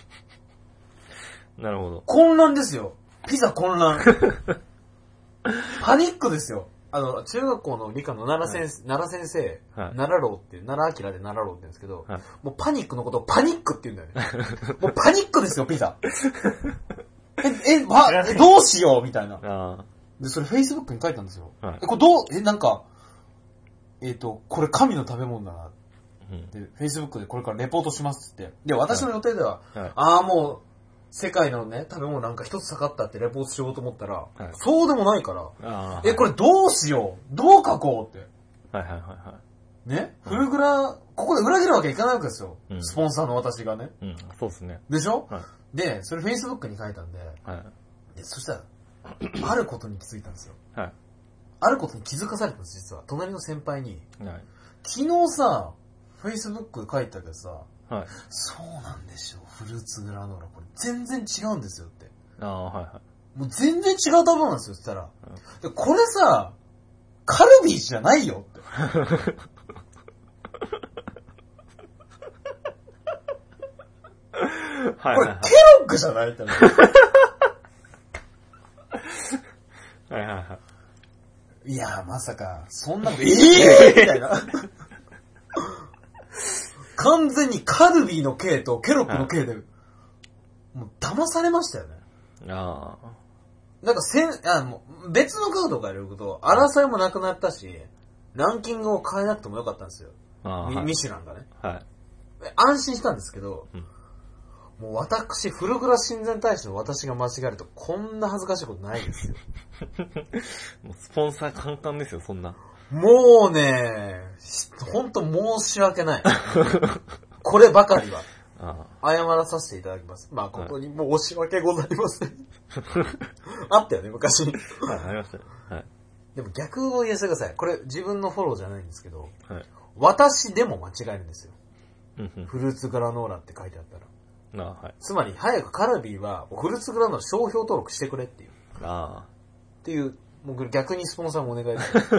[SPEAKER 1] な。
[SPEAKER 2] なるほど。
[SPEAKER 1] 混乱ですよ。ピザ混乱。パニックですよ。あの、中学校の理科の奈良先生、奈良先生、
[SPEAKER 2] はい
[SPEAKER 1] 奈良郎っていう、奈良明で奈良郎って言うんですけど、
[SPEAKER 2] はい
[SPEAKER 1] もうパニックのことをパニックって言うんだよね。もうパニックですよ、ピザ。え、え、ま、えどうしようみたいな。
[SPEAKER 2] あ
[SPEAKER 1] で、それ Facebook に書いたんですよ。
[SPEAKER 2] はい
[SPEAKER 1] え、これどう、え、なんか、えっ、と、これ神の食べ物だな。
[SPEAKER 2] あ。うん。
[SPEAKER 1] で、Facebook でこれからレポートしますって言って。で、私の予定では、
[SPEAKER 2] はい。
[SPEAKER 1] ああ、もう、世界のね、食べ物なんか一つ下がったってレポートしようと思ったら、
[SPEAKER 2] はい
[SPEAKER 1] そうでもないから、
[SPEAKER 2] ああ。
[SPEAKER 1] え、これどうしようどう書こうって。
[SPEAKER 2] はいはいはいは
[SPEAKER 1] ねフルグラ、ここで裏切るわけいかないわけですよ。
[SPEAKER 2] うん
[SPEAKER 1] スポンサーの私がね。
[SPEAKER 2] い。うん。そうですね。
[SPEAKER 1] でしょ、
[SPEAKER 2] はい。
[SPEAKER 1] で、それ Facebook に書いたんで、
[SPEAKER 2] はい。
[SPEAKER 1] でそしたら、あることに気づいたんですよ。
[SPEAKER 2] はい。
[SPEAKER 1] あることに気づかされたんです、実は。隣の先輩に、
[SPEAKER 2] はい。
[SPEAKER 1] 昨日さ、Facebook 書いたけどさ、
[SPEAKER 2] はい。
[SPEAKER 1] そうなんでしょう、フルーツグラノーラ、これ全然違うんですよって。
[SPEAKER 2] ああ、はいはい。
[SPEAKER 1] もう全然違う食べ物なんですよ、って言ったら。で、これさ、 カルビーじゃないよって。
[SPEAKER 2] はいはいはい。
[SPEAKER 1] これケロッグじゃないってな。
[SPEAKER 2] はいはいはい。
[SPEAKER 1] いやー、まさか、そんな、えぇーみたいな。完全にカルビーの K とケロッグの K で、もう騙されましたよね。
[SPEAKER 2] ああ。
[SPEAKER 1] なんかせん、あの、別のカードが入れること、争いもなくなったし、ランキングを変えなくてもよかったんですよ。
[SPEAKER 2] あはい、
[SPEAKER 1] ミミシュランがね。
[SPEAKER 2] はい。
[SPEAKER 1] 安心したんですけど、
[SPEAKER 2] うん、
[SPEAKER 1] もう私、古倉親善大使の私が間違えると、こんな恥ずかしいことないですよ。
[SPEAKER 2] もうスポンサー簡単ですよ、そんな。
[SPEAKER 1] もうね、ほんと申し訳ない。こればかりは。
[SPEAKER 2] あ
[SPEAKER 1] 謝らさせていただきます。まあ、誠に申し訳ございません。あったよね、昔。
[SPEAKER 2] はい、ありましたね。はい。
[SPEAKER 1] でも逆を言わせてください。これ自分のフォローじゃないんですけど、
[SPEAKER 2] はい。
[SPEAKER 1] 私でも間違えるんですよ。
[SPEAKER 2] うんうん。
[SPEAKER 1] フルーツグラノーラって書いてあったら。
[SPEAKER 2] ああ、はい。
[SPEAKER 1] つまり、早くカルビーはフルーツグラノーラ商標登録してくれっていう。
[SPEAKER 2] ああ。
[SPEAKER 1] っていう、もう逆にスポンサーもお願いします。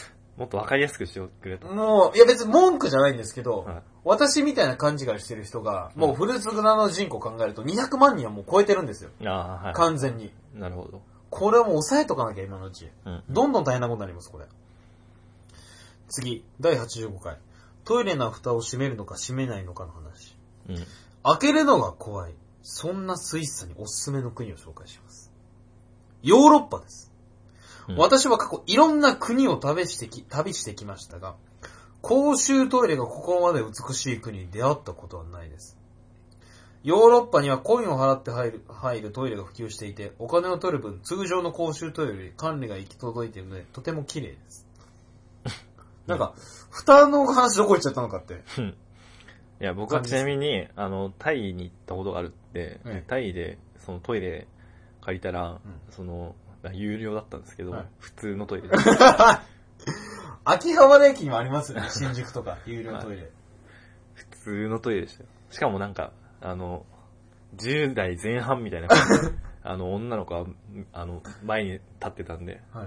[SPEAKER 2] もっとわかりやすくしてくれと。
[SPEAKER 1] もう、いや別に文句じゃないんですけど、
[SPEAKER 2] はい、
[SPEAKER 1] 私みたいな勘違いしてる人が、もうフルーツグラノーラ人口考えるとにひゃくまんにんはもう超えてるんですよ。
[SPEAKER 2] ああ、はい。
[SPEAKER 1] 完全に。
[SPEAKER 2] なるほど。
[SPEAKER 1] これはもう抑えとかなきゃ今のうち。
[SPEAKER 2] うん、
[SPEAKER 1] どんどん大変なことになります、これ。次、だいはちじゅうごかい。トイレの蓋を閉めるのか閉めないのかの話。
[SPEAKER 2] うん。
[SPEAKER 1] 開けるのが怖い。そんなスイスにおすすめの国を紹介します。ヨーロッパです。うん、私は過去いろんな国を旅してき、旅してきましたが、公衆トイレがここまで美しい国に出会ったことはないです。ヨーロッパにはコインを払って入る、入るトイレが普及していて、お金を取る分通常の公衆トイレより管理が行き届いているので、とても綺麗です。なんか、蓋の話どこ行っちゃったのかって。
[SPEAKER 2] いや、僕はちなみに、あの、タイに行ったことがあるって、
[SPEAKER 1] はい、
[SPEAKER 2] タイで、そのトイレ借りたら、うん、その、有料だったんですけど、はい、普通のトイレです。
[SPEAKER 1] 秋葉原駅にもありますよね、新宿とか、有料トイレ、はい。
[SPEAKER 2] 普通のトイレでしたよ。しかもなんか、あの、じゅうだいぜん半みたいなあの、女の子は、あの、前に立ってたんで、はい、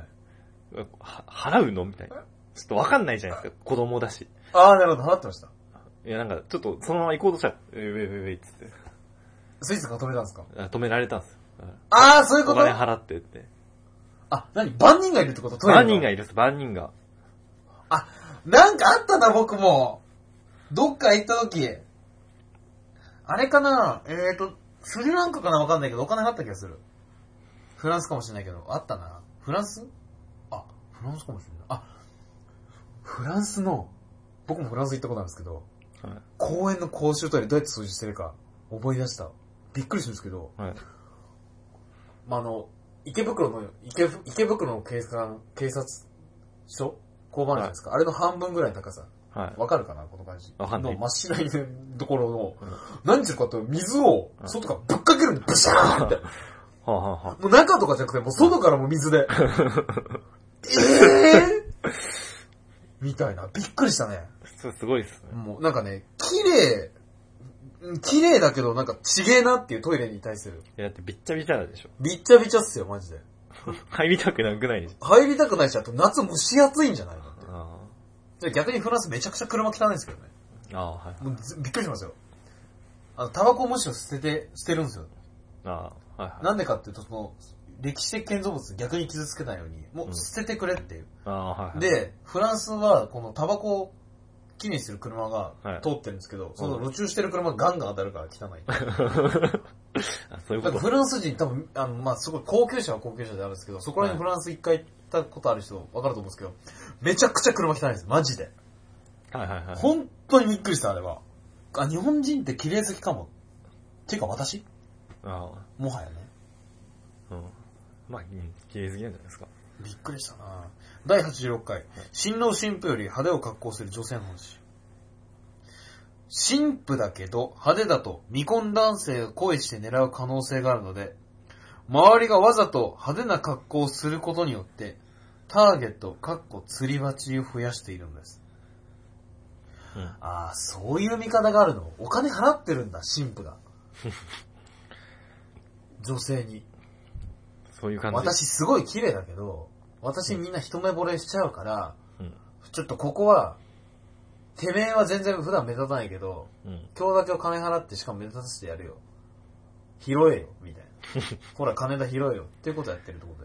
[SPEAKER 2] は払うのみたいな。ちょっとわかんないじゃないですか、子供だし。
[SPEAKER 1] ああ、なるほど、払ってました。
[SPEAKER 2] いや、なんか、ちょっと、そのまま行こうとしたら、ウェイウェイウェイっつって。
[SPEAKER 1] スイスが止めたんですか？
[SPEAKER 2] 止められたんですよ。
[SPEAKER 1] ああ、そういうこと？
[SPEAKER 2] お金払ってって。
[SPEAKER 1] あ、何？万人がいるってこと？トイレ
[SPEAKER 2] 万人がいるっす、万人が。
[SPEAKER 1] あ、なんかあったな、僕も。どっか行った時。あれかな？えーと、スリランカかなわかんないけど、お金払った気がする。フランスかもしれないけど、あったな。フランス？あ、フランスかもしれない。あ、フランスの、僕もフランス行ったことあるんですけど、はい、公園の公衆トイレどうやって掃除してるか思い出した。びっくりするんですけど、はい、まあ、あの、池袋の、池、池袋の警察、警察署交番あるじゃないですか、はい。あれの半分ぐらいの高さ。わ、はい、かるかなこの感じ。
[SPEAKER 2] わかんない。
[SPEAKER 1] の真っ白いところの、うん、何するかと水を外からぶっかけるんで、ブシャーンって。
[SPEAKER 2] はあはあはあ、
[SPEAKER 1] もう中とかじゃなくて、もう外からも水で。えーみたいな。びっくりしたね。
[SPEAKER 2] すごいっすね。
[SPEAKER 1] もうなんかね、綺麗、綺麗だけどなんかちげえなっていうトイレに対する。
[SPEAKER 2] いやだってびっちゃびちゃでしょ。
[SPEAKER 1] びっちゃびちゃっすよ、マジで。
[SPEAKER 2] 入りたくなくないでしょ。
[SPEAKER 1] 入りたくないし、あと夏蒸し暑いんじゃないのって。ああ。逆にフランスめちゃくちゃ車汚いんですけどね。
[SPEAKER 2] ああ、はい。
[SPEAKER 1] もうびっくりしますよ。あの、タバコをむしろ捨てて、捨てるんですよ。
[SPEAKER 2] ああ、はいはい。
[SPEAKER 1] なんでかっていうと、その、歴史的建造物逆に傷つけないように、もう捨ててくれっていう。うん、ああ、はいはい。で、フランスは、このタバコをきれいにする車が通ってるんですけど、はい、その路駐してる車がガンガン当たるから汚い。
[SPEAKER 2] あ、そういうこと。
[SPEAKER 1] フランス人多分、あの、まあ、すごい高級車は高級車であるんですけど、そこら辺フランス一回行ったことある人わかると思うんですけど、めちゃくちゃ車汚いです。マジで。
[SPEAKER 2] はいはいはい。
[SPEAKER 1] 本当にびっくりした、あれは。あ、日本人って綺麗好きかも。ていうか私ああ。もはやね。
[SPEAKER 2] うん。まあ、うん、綺麗好きなんじゃないですか。
[SPEAKER 1] びっくりしたな。だいはちじゅうろっかい、新郎新婦より派手を格好する女性の話。新婦だけど派手だと未婚男性が恋して狙う可能性があるので、周りがわざと派手な格好をすることによって、ターゲット、かっこ釣り鉢を増やしているのです。うん、ああ、そういう見方があるの。お金払ってるんだ、新婦が。女性に。
[SPEAKER 2] そういう感じ。
[SPEAKER 1] 私すごい綺麗だけど、 私みんな一目惚れしちゃうから、
[SPEAKER 2] うん、
[SPEAKER 1] ちょっとここは、てめえは全然普段目立たないけど、うん、今日だけは金払ってしかも目立たせてやるよ。拾えよ、みたいな。ほら、金田拾えよ。っていうことやってるってことだ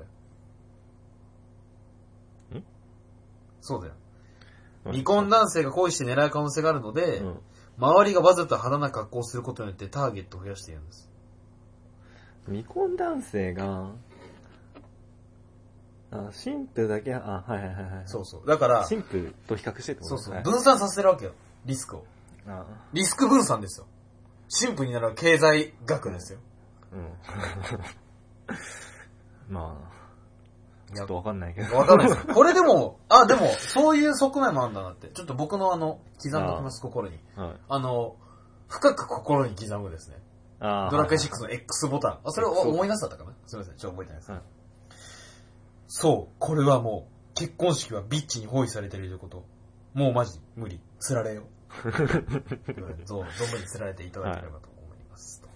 [SPEAKER 1] よ。んそうだよ。未婚男性が恋して狙う可能性があるので、うん、周りがわざと派手な格好をすることによってターゲットを増やしているんです。
[SPEAKER 2] 未婚男性が、あ、神父だけ、あ、はいはいはいはい。
[SPEAKER 1] そうそう。だから、
[SPEAKER 2] 神父と比較してってこと
[SPEAKER 1] そうそう、はい。分散させてるわけよ。リスクを。ああリスク分散ですよ。神父になる経済学ですよ。うん。
[SPEAKER 2] まあ、ちょっとわかんないけど。
[SPEAKER 1] わかんないです。これでも、あ、でも、そういう側面もあるんだなって。ちょっと僕のあの、刻んでおきます、心に。はい、あの、深く心に刻むですね。あドラクエシックスの X ボタン。あ、それを思い出したかなすみません、ちょっと覚えてないです。はい、そう、これはもう、結婚式はビッチに包囲されているということ。もうマジ、無理。釣られよ。そう、存分に釣られていただければと思います。はい、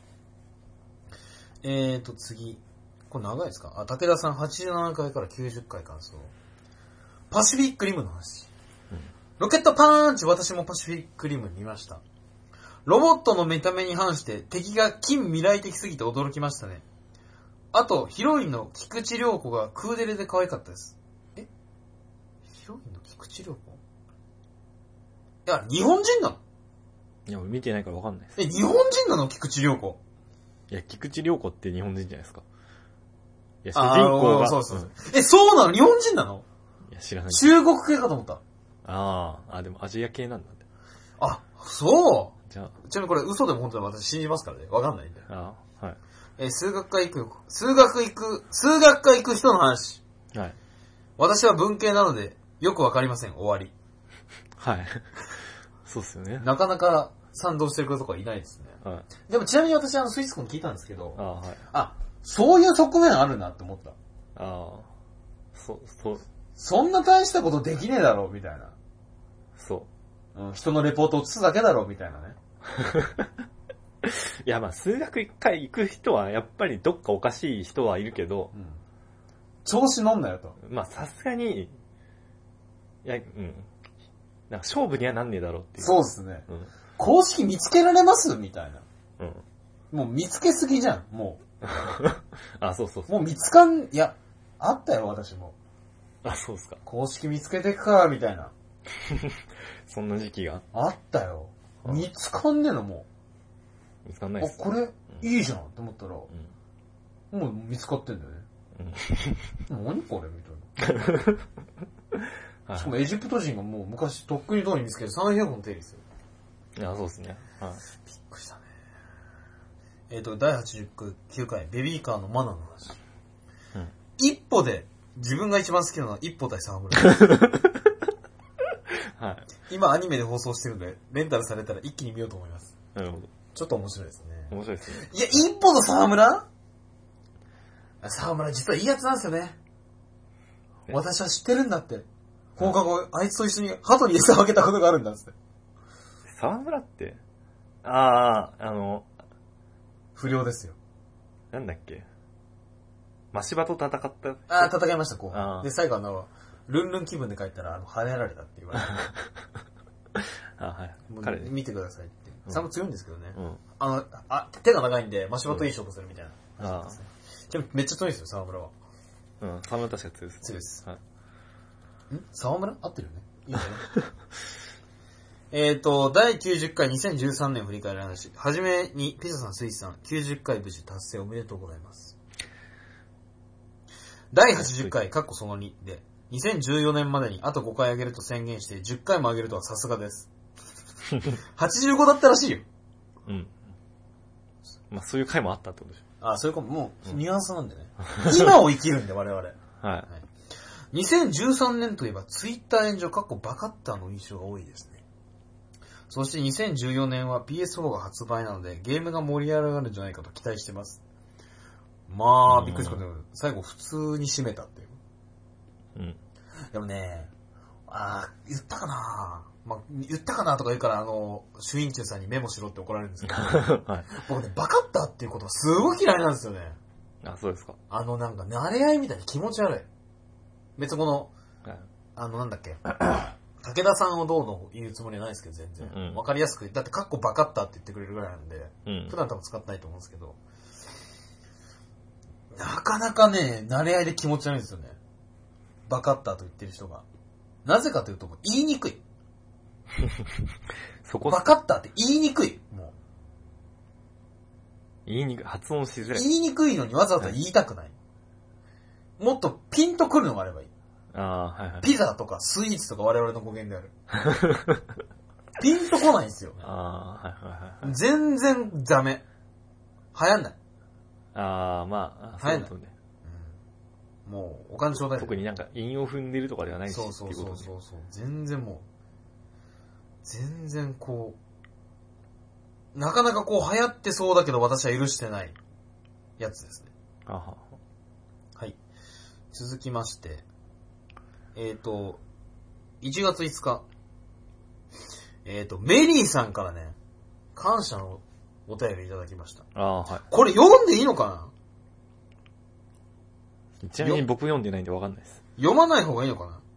[SPEAKER 1] えーと、次。これ長いですかあ、武田さんはちじゅうななかいからきゅうじゅっかい感想。パシフィックリムの話。うん、ロケットパーンチ、私もパシフィックリム見ました。ロボットの見た目に反して敵が近未来的すぎて驚きましたね。あと、ヒロインの菊池涼子がクーデレで可愛かったです。えヒロインの菊池涼子いや、日本人なの
[SPEAKER 2] いや、俺見てないから分かんないです。
[SPEAKER 1] え、日本人なの菊池涼子。
[SPEAKER 2] いや、菊池涼子って日本人じゃないですか。いや、主人公が。
[SPEAKER 1] そうそうそう、うん。え、そうなの日本人なの
[SPEAKER 2] いや、知らない。
[SPEAKER 1] 中国系かと思った。
[SPEAKER 2] ああ、あ、でもアジア系なんだね。
[SPEAKER 1] あ、そう。
[SPEAKER 2] じゃあ。
[SPEAKER 1] ちなみにこれ嘘でも本当でも私信じますからね。わかんないんで。
[SPEAKER 2] ああ、はい。
[SPEAKER 1] えー、数学科行く、数学行く、数学科行く人の話。はい。私は文系なので、よくわかりません。終わり。
[SPEAKER 2] はい。そうっすよね。
[SPEAKER 1] なかなか賛同してる方とかいないですね。はい。でもちなみに私あのスイーツ君聞いたんですけど、あ、はい。あ、そういう側面あるなって思った。ああ。そう、そう。そんな大したことできねえだろ、みたいな。
[SPEAKER 2] そう。
[SPEAKER 1] うん、人のレポートを写すだけだろ、みたいなね。
[SPEAKER 2] いや、まあ、数学一回行く人は、やっぱりどっかおかしい人はいるけど、うん、
[SPEAKER 1] 調子乗んなよと。
[SPEAKER 2] まあ、さすがに、いや、うん。なんか勝負にはなんねえだろうっていう。
[SPEAKER 1] そうですね。うん、公式見つけられますみたいな。うん。もう見つけすぎじゃん、もう。
[SPEAKER 2] あ、そうそうそう。
[SPEAKER 1] もう見つかん、いや、あったよ、私も。
[SPEAKER 2] あ、そうっすか。
[SPEAKER 1] 公式見つけてくか、みたいな。
[SPEAKER 2] そんな時期が
[SPEAKER 1] あったよ。見つかんねえの、も
[SPEAKER 2] う。見つかんないっす、
[SPEAKER 1] ね。あ、これ、いいじゃんって思ったら、うん、もう見つかってんだよね。うん、何これみたいな。しかもエジプト人がもう昔とっくに通り見つけてさんびゃくほん定理ですよ。
[SPEAKER 2] いや、そうですね。はい。
[SPEAKER 1] びっくりしたね。えっ、ー、と、だいはちじゅうきゅうかい、ベビーカーのマナーの話。うん、一歩で、自分が一番好きなのは一歩対沢村です。はい。今アニメで放送してるんで、レンタルされたら一気に見ようと思います。
[SPEAKER 2] なるほど。
[SPEAKER 1] ちょっと面白いですね。
[SPEAKER 2] 面白いですね。
[SPEAKER 1] いや、一歩の沢村沢村実はいいやつなんですよね。私は知ってるんだって。放課後、あいつと一緒に鳩に餌をあげたことがあるんだっつって。
[SPEAKER 2] 沢村って、ああ、あの、
[SPEAKER 1] 不良ですよ。
[SPEAKER 2] なんだっけマシバと戦った。
[SPEAKER 1] ああ、戦いました、こう。で、最後あの、ルンルン気分で帰ったら、あの、跳ねられたって言われて。
[SPEAKER 2] あはい。
[SPEAKER 1] 彼見てくださいって。サム強いんですけどね。うん、あの、あ、手が長いんで、マシバといい勝負するみたいな。うん、あでもめっちゃ強いですよ、沢村は。
[SPEAKER 2] うん、沢村確か強いです。
[SPEAKER 1] 強いです。はい。ん沢村合ってるよね。いいね。えっと、だいきゅうじゅっかいにせんじゅうさんねん振り返り話。はじめに、ピザさん、スイスさん、きゅうじゅっかい無事達成おめでとうございます。だいはちじゅっかい、かっこそのにで、にせんじゅうよねんまでにあとごかいあげると宣言してじゅっかいもあげるとはさすがです。はちじゅうごだったらしいよ。うん。
[SPEAKER 2] まあそういう回もあったってことでしょ。
[SPEAKER 1] ああ、そういうこと、もう、ニュアンスなんでね。今を生きるんで、我々。はい。はい、にせんじゅうさんねんといえば、ツイッター炎上、かっこバカッターの印象が多いですね。そしてにせんじゅうよねんは ピーエスフォー が発売なので、ゲームが盛り上がるんじゃないかと期待してます。まあ、びっくりしたけど、最後普通に締めたっていう。うん。でもね、ああ、言ったかなまあ、言ったかなとか言うから、あの、主員中さんにメモしろって怒られるんですけど、はい、僕ね、バカッターっていう言葉すごい嫌いなんですよね。
[SPEAKER 2] あ、そうですか。
[SPEAKER 1] あのなんか、慣れ合いみたいに気持ち悪い。 別にこの、はい、あのなんだっけ、武田さんをどうの言うつもりはないですけど、全然。わ、うん、かりやすく、だってカッコバカッターって言ってくれるぐらいなんで、うん、普段多分使ってないと思うんですけど、なかなかね、慣れ合いで気持ち悪いんですよね。バカッターと言ってる人が。なぜかというと、言いにくい。そこバカッターって言いにくい。もう。
[SPEAKER 2] 言いにくい。発音しづらい。
[SPEAKER 1] 言いにくいのにわざわざ言いたくない。はい、もっとピンとくるのがあればいい。
[SPEAKER 2] ああ、はいはい。
[SPEAKER 1] ピザとかスイーツとか我々の語源である。ピンとこないんですよ。
[SPEAKER 2] ああ、はいはいはい。
[SPEAKER 1] 全然ダメ。流行んない。
[SPEAKER 2] ああ、まあ、
[SPEAKER 1] 流行んない。うん、もう、お金ちょうだい。
[SPEAKER 2] 特になんか、韻を踏んでるとかではないし。
[SPEAKER 1] そうそうそうそうそう。全然もう、全然こう、なかなかこう流行ってそうだけど私は許してないやつですね。
[SPEAKER 2] あは
[SPEAKER 1] はい。続きまして、えっと、いちがついつか、えっと、メリーさんからね、感謝のお便りいただきました。
[SPEAKER 2] ああ、はい。
[SPEAKER 1] これ読んでいいのか
[SPEAKER 2] な？ちなみに僕読んでないんでわかんないです。
[SPEAKER 1] 読まない方がいいのかな？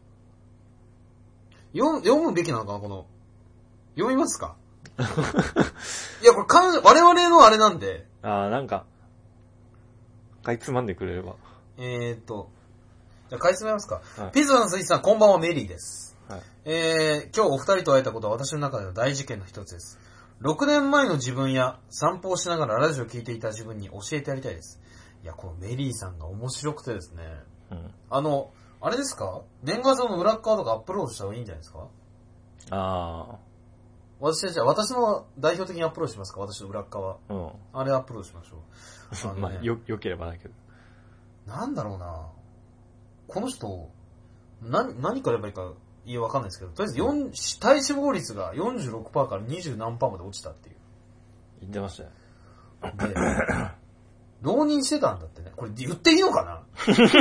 [SPEAKER 1] 読, 読むべきなのかなこの、読みますか？いや、これかん、我々のあれなんで。
[SPEAKER 2] ああ、なんか、かいつまんでくれれば。
[SPEAKER 1] えーっと、じゃあかいつまみますか。はい、ピザのスイーツさん、こんばんは、メリーです。はい、えー、今日お二人と会えたことは私の中での大事件の一つです。ろくねんまえの自分や散歩をしながらラジオを聞いていた自分に教えてやりたいです。いや、このメリーさんが面白くてですね。うん、あの、あれですか？年賀状の裏側とかアップロードした方がいいんじゃないですか？
[SPEAKER 2] ああ。
[SPEAKER 1] 私じゃあ、私の代表的にアップロードしますか？私の裏側。うん。あれアップロードしましょう。
[SPEAKER 2] あのね、まあ、よ、よければだけど。
[SPEAKER 1] なんだろうなこの人、何、何から言えばいいか、いや、わかんないですけど、とりあえずよん、体脂肪率が よんじゅうろくパーセント からにじゅう何パーまで落ちたっていう。
[SPEAKER 2] 言ってましたよ。
[SPEAKER 1] で、浪人してたんだってね。これ言っていいのかな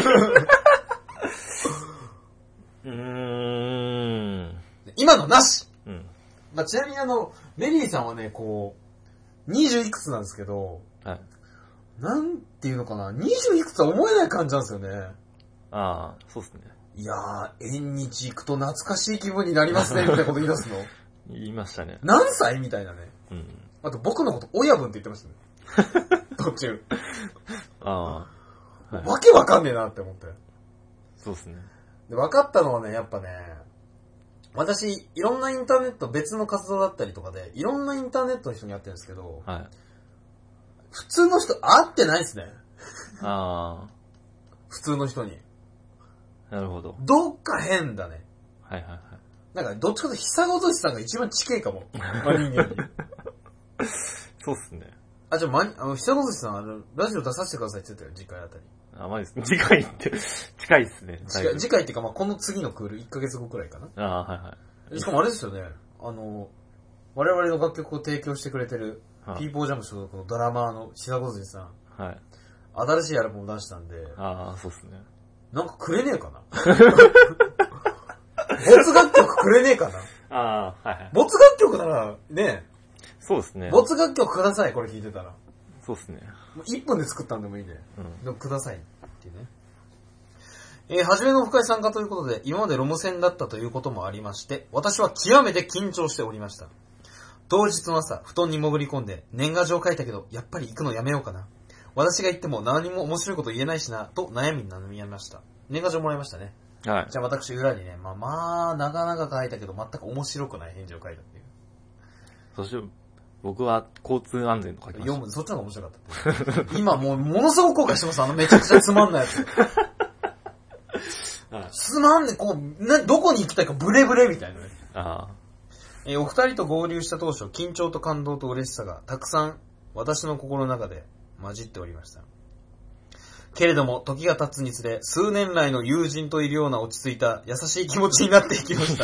[SPEAKER 2] うーん。
[SPEAKER 1] 今のなし、
[SPEAKER 2] うん、
[SPEAKER 1] まあ、ちなみにあの、メリーさんはね、こう、にじゅういくつなんですけど、
[SPEAKER 2] はい。
[SPEAKER 1] なんていうのかな、にじゅういくつは思えない感じなんですよね。
[SPEAKER 2] ああ、そうっすね。
[SPEAKER 1] いやー、縁日行くと懐かしい気分になりますね、みたいなこと言い出すの。
[SPEAKER 2] 言いましたね。
[SPEAKER 1] 何歳みたいなね。
[SPEAKER 2] うん。
[SPEAKER 1] あと僕のこと親分って言ってましたね。途中。
[SPEAKER 2] あ
[SPEAKER 1] あ、はい。わけわかんねえなって思って。
[SPEAKER 2] そうっすね。
[SPEAKER 1] で、分かったのはね、やっぱね、私、いろんなインターネット、別の活動だったりとかで、いろんなインターネットの人に会ってるんですけど、
[SPEAKER 2] はい。
[SPEAKER 1] 普通の人会ってないですね。
[SPEAKER 2] ああ。
[SPEAKER 1] 普通の人に。
[SPEAKER 2] なるほど。
[SPEAKER 1] どっか変だね。
[SPEAKER 2] はいはいはい。
[SPEAKER 1] なんか、どっちかというと、久子寿司さんが一番近いかも。マ人間に。
[SPEAKER 2] そうっすね。
[SPEAKER 1] あ、じゃあ、ま、あの、久子寿司さん、あの、ラジオ出させてくださいって言ってたよ、次回あたり。
[SPEAKER 2] あ、マジです。次回って、近いっすね。
[SPEAKER 1] 次回、次回っていうか、まあ、この次のクール、いっかげつごくらいかな。
[SPEAKER 2] ああ、はいはい。
[SPEAKER 1] しかもあれですよね、あの、我々の楽曲を提供してくれてる、はあ、ピーポージャム所属のドラマーの久子寿司さん。
[SPEAKER 2] はい。
[SPEAKER 1] 新しいアルバムを出したんで。
[SPEAKER 2] ああ、そうっすね。
[SPEAKER 1] なんかくれねえかな没楽曲くれねえかな
[SPEAKER 2] ああ、はいはい。
[SPEAKER 1] 没楽曲なら、ね
[SPEAKER 2] そうですね。
[SPEAKER 1] 没楽曲ください、これ聞いてたら。
[SPEAKER 2] そうですね。
[SPEAKER 1] もういっぷんで作ったんでもいいんで。
[SPEAKER 2] うん。
[SPEAKER 1] でもくださいっていうね。えー、初めのオフ会参加ということで、今までロム線だったということもありまして、私は極めて緊張しておりました。当日の朝、布団に潜り込んで、年賀状書いたけど、やっぱり行くのやめようかな。私が言っても何も面白いこと言えないしな、と悩みに悩みました。年賀状もらいましたね。
[SPEAKER 2] はい。
[SPEAKER 1] じゃあ私裏にね、まあまあ、長々書いたけど、全く面白くない返事を書いたっていう。
[SPEAKER 2] そして、僕は交通安全と書きました。
[SPEAKER 1] 読む、そっちの方が面白かったって。今もう、ものすごく後悔してます。あのめちゃくちゃつまんないやつ。はい、つまんね、こう、ね、どこに行きたいかブレブレみたいなね。
[SPEAKER 2] ああ。
[SPEAKER 1] えー、お二人と合流した当初、緊張と感動と嬉しさがたくさん私の心の中で混じっておりました。けれども、時が経つにつれ、数年来の友人といるような落ち着いた優しい気持ちになっていきました。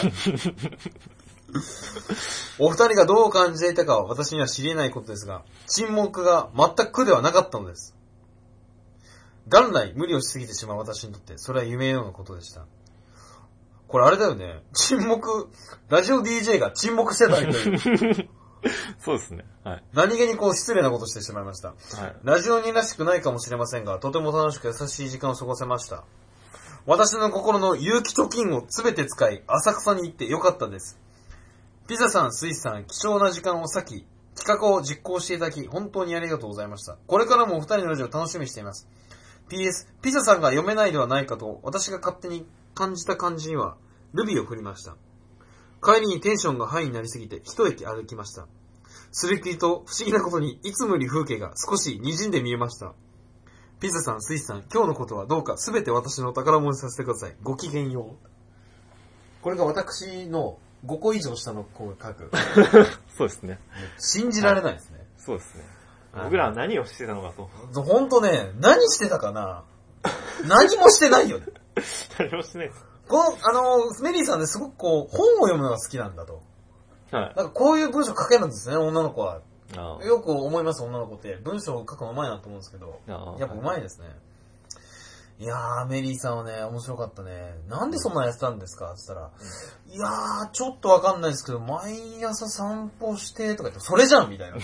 [SPEAKER 1] お二人がどう感じていたかは私には知り得ないことですが、沈黙が全く苦ではなかったのです。元来無理をしすぎてしまう私にとって、それは夢のようなことでした。これあれだよね。沈黙、ラジオ ディージェー が沈黙してたみたいな。
[SPEAKER 2] そうですね。はい。
[SPEAKER 1] 何気にこう失礼なことしてしまいました。
[SPEAKER 2] はい。
[SPEAKER 1] ラジオにらしくないかもしれませんが、とても楽しく優しい時間を過ごせました。 私の心の有機貯金をすべて使い、浅草に行ってよかったです。ピザさん、スイスさん、貴重な時間を割き、企画を実行していただき、本当にありがとうございました。これからもお二人のラジオを楽しみにしています。ピーエス、ピザさんが読めないではないかと、私が勝手に感じた感じには、ルビーを振りました。帰りにテンションがハイになりすぎて、一駅歩きました。するきりと不思議なことに、いつもより風景が少し滲んで見えました。ピザさん、スイスさん、今日のことはどうかすべて私の宝物にさせてください。ごきげんよう。これが私のごこ以上下の子が書く。
[SPEAKER 2] そうですね。
[SPEAKER 1] 信じられないですね。
[SPEAKER 2] そうですね。僕らは何をしてたのかと。
[SPEAKER 1] ほんとね、何してたかな何もしてないよね。
[SPEAKER 2] 何もしてないです。
[SPEAKER 1] この、あの、メリーさんですごくこう、本を読むのが好きなんだと。はい。なんかこういう文章書けるんですね、女の子は。あよく思います、女の子って。文章を書くの上手いなと思うんですけど。やっぱ上手いですね。はい、いやー、メリーさんはね、面白かったね。なんでそんなやってたんですかって言ったら、うん、いやー、ちょっとわかんないですけど、毎朝散歩して、とか言って、それじゃんみたいな。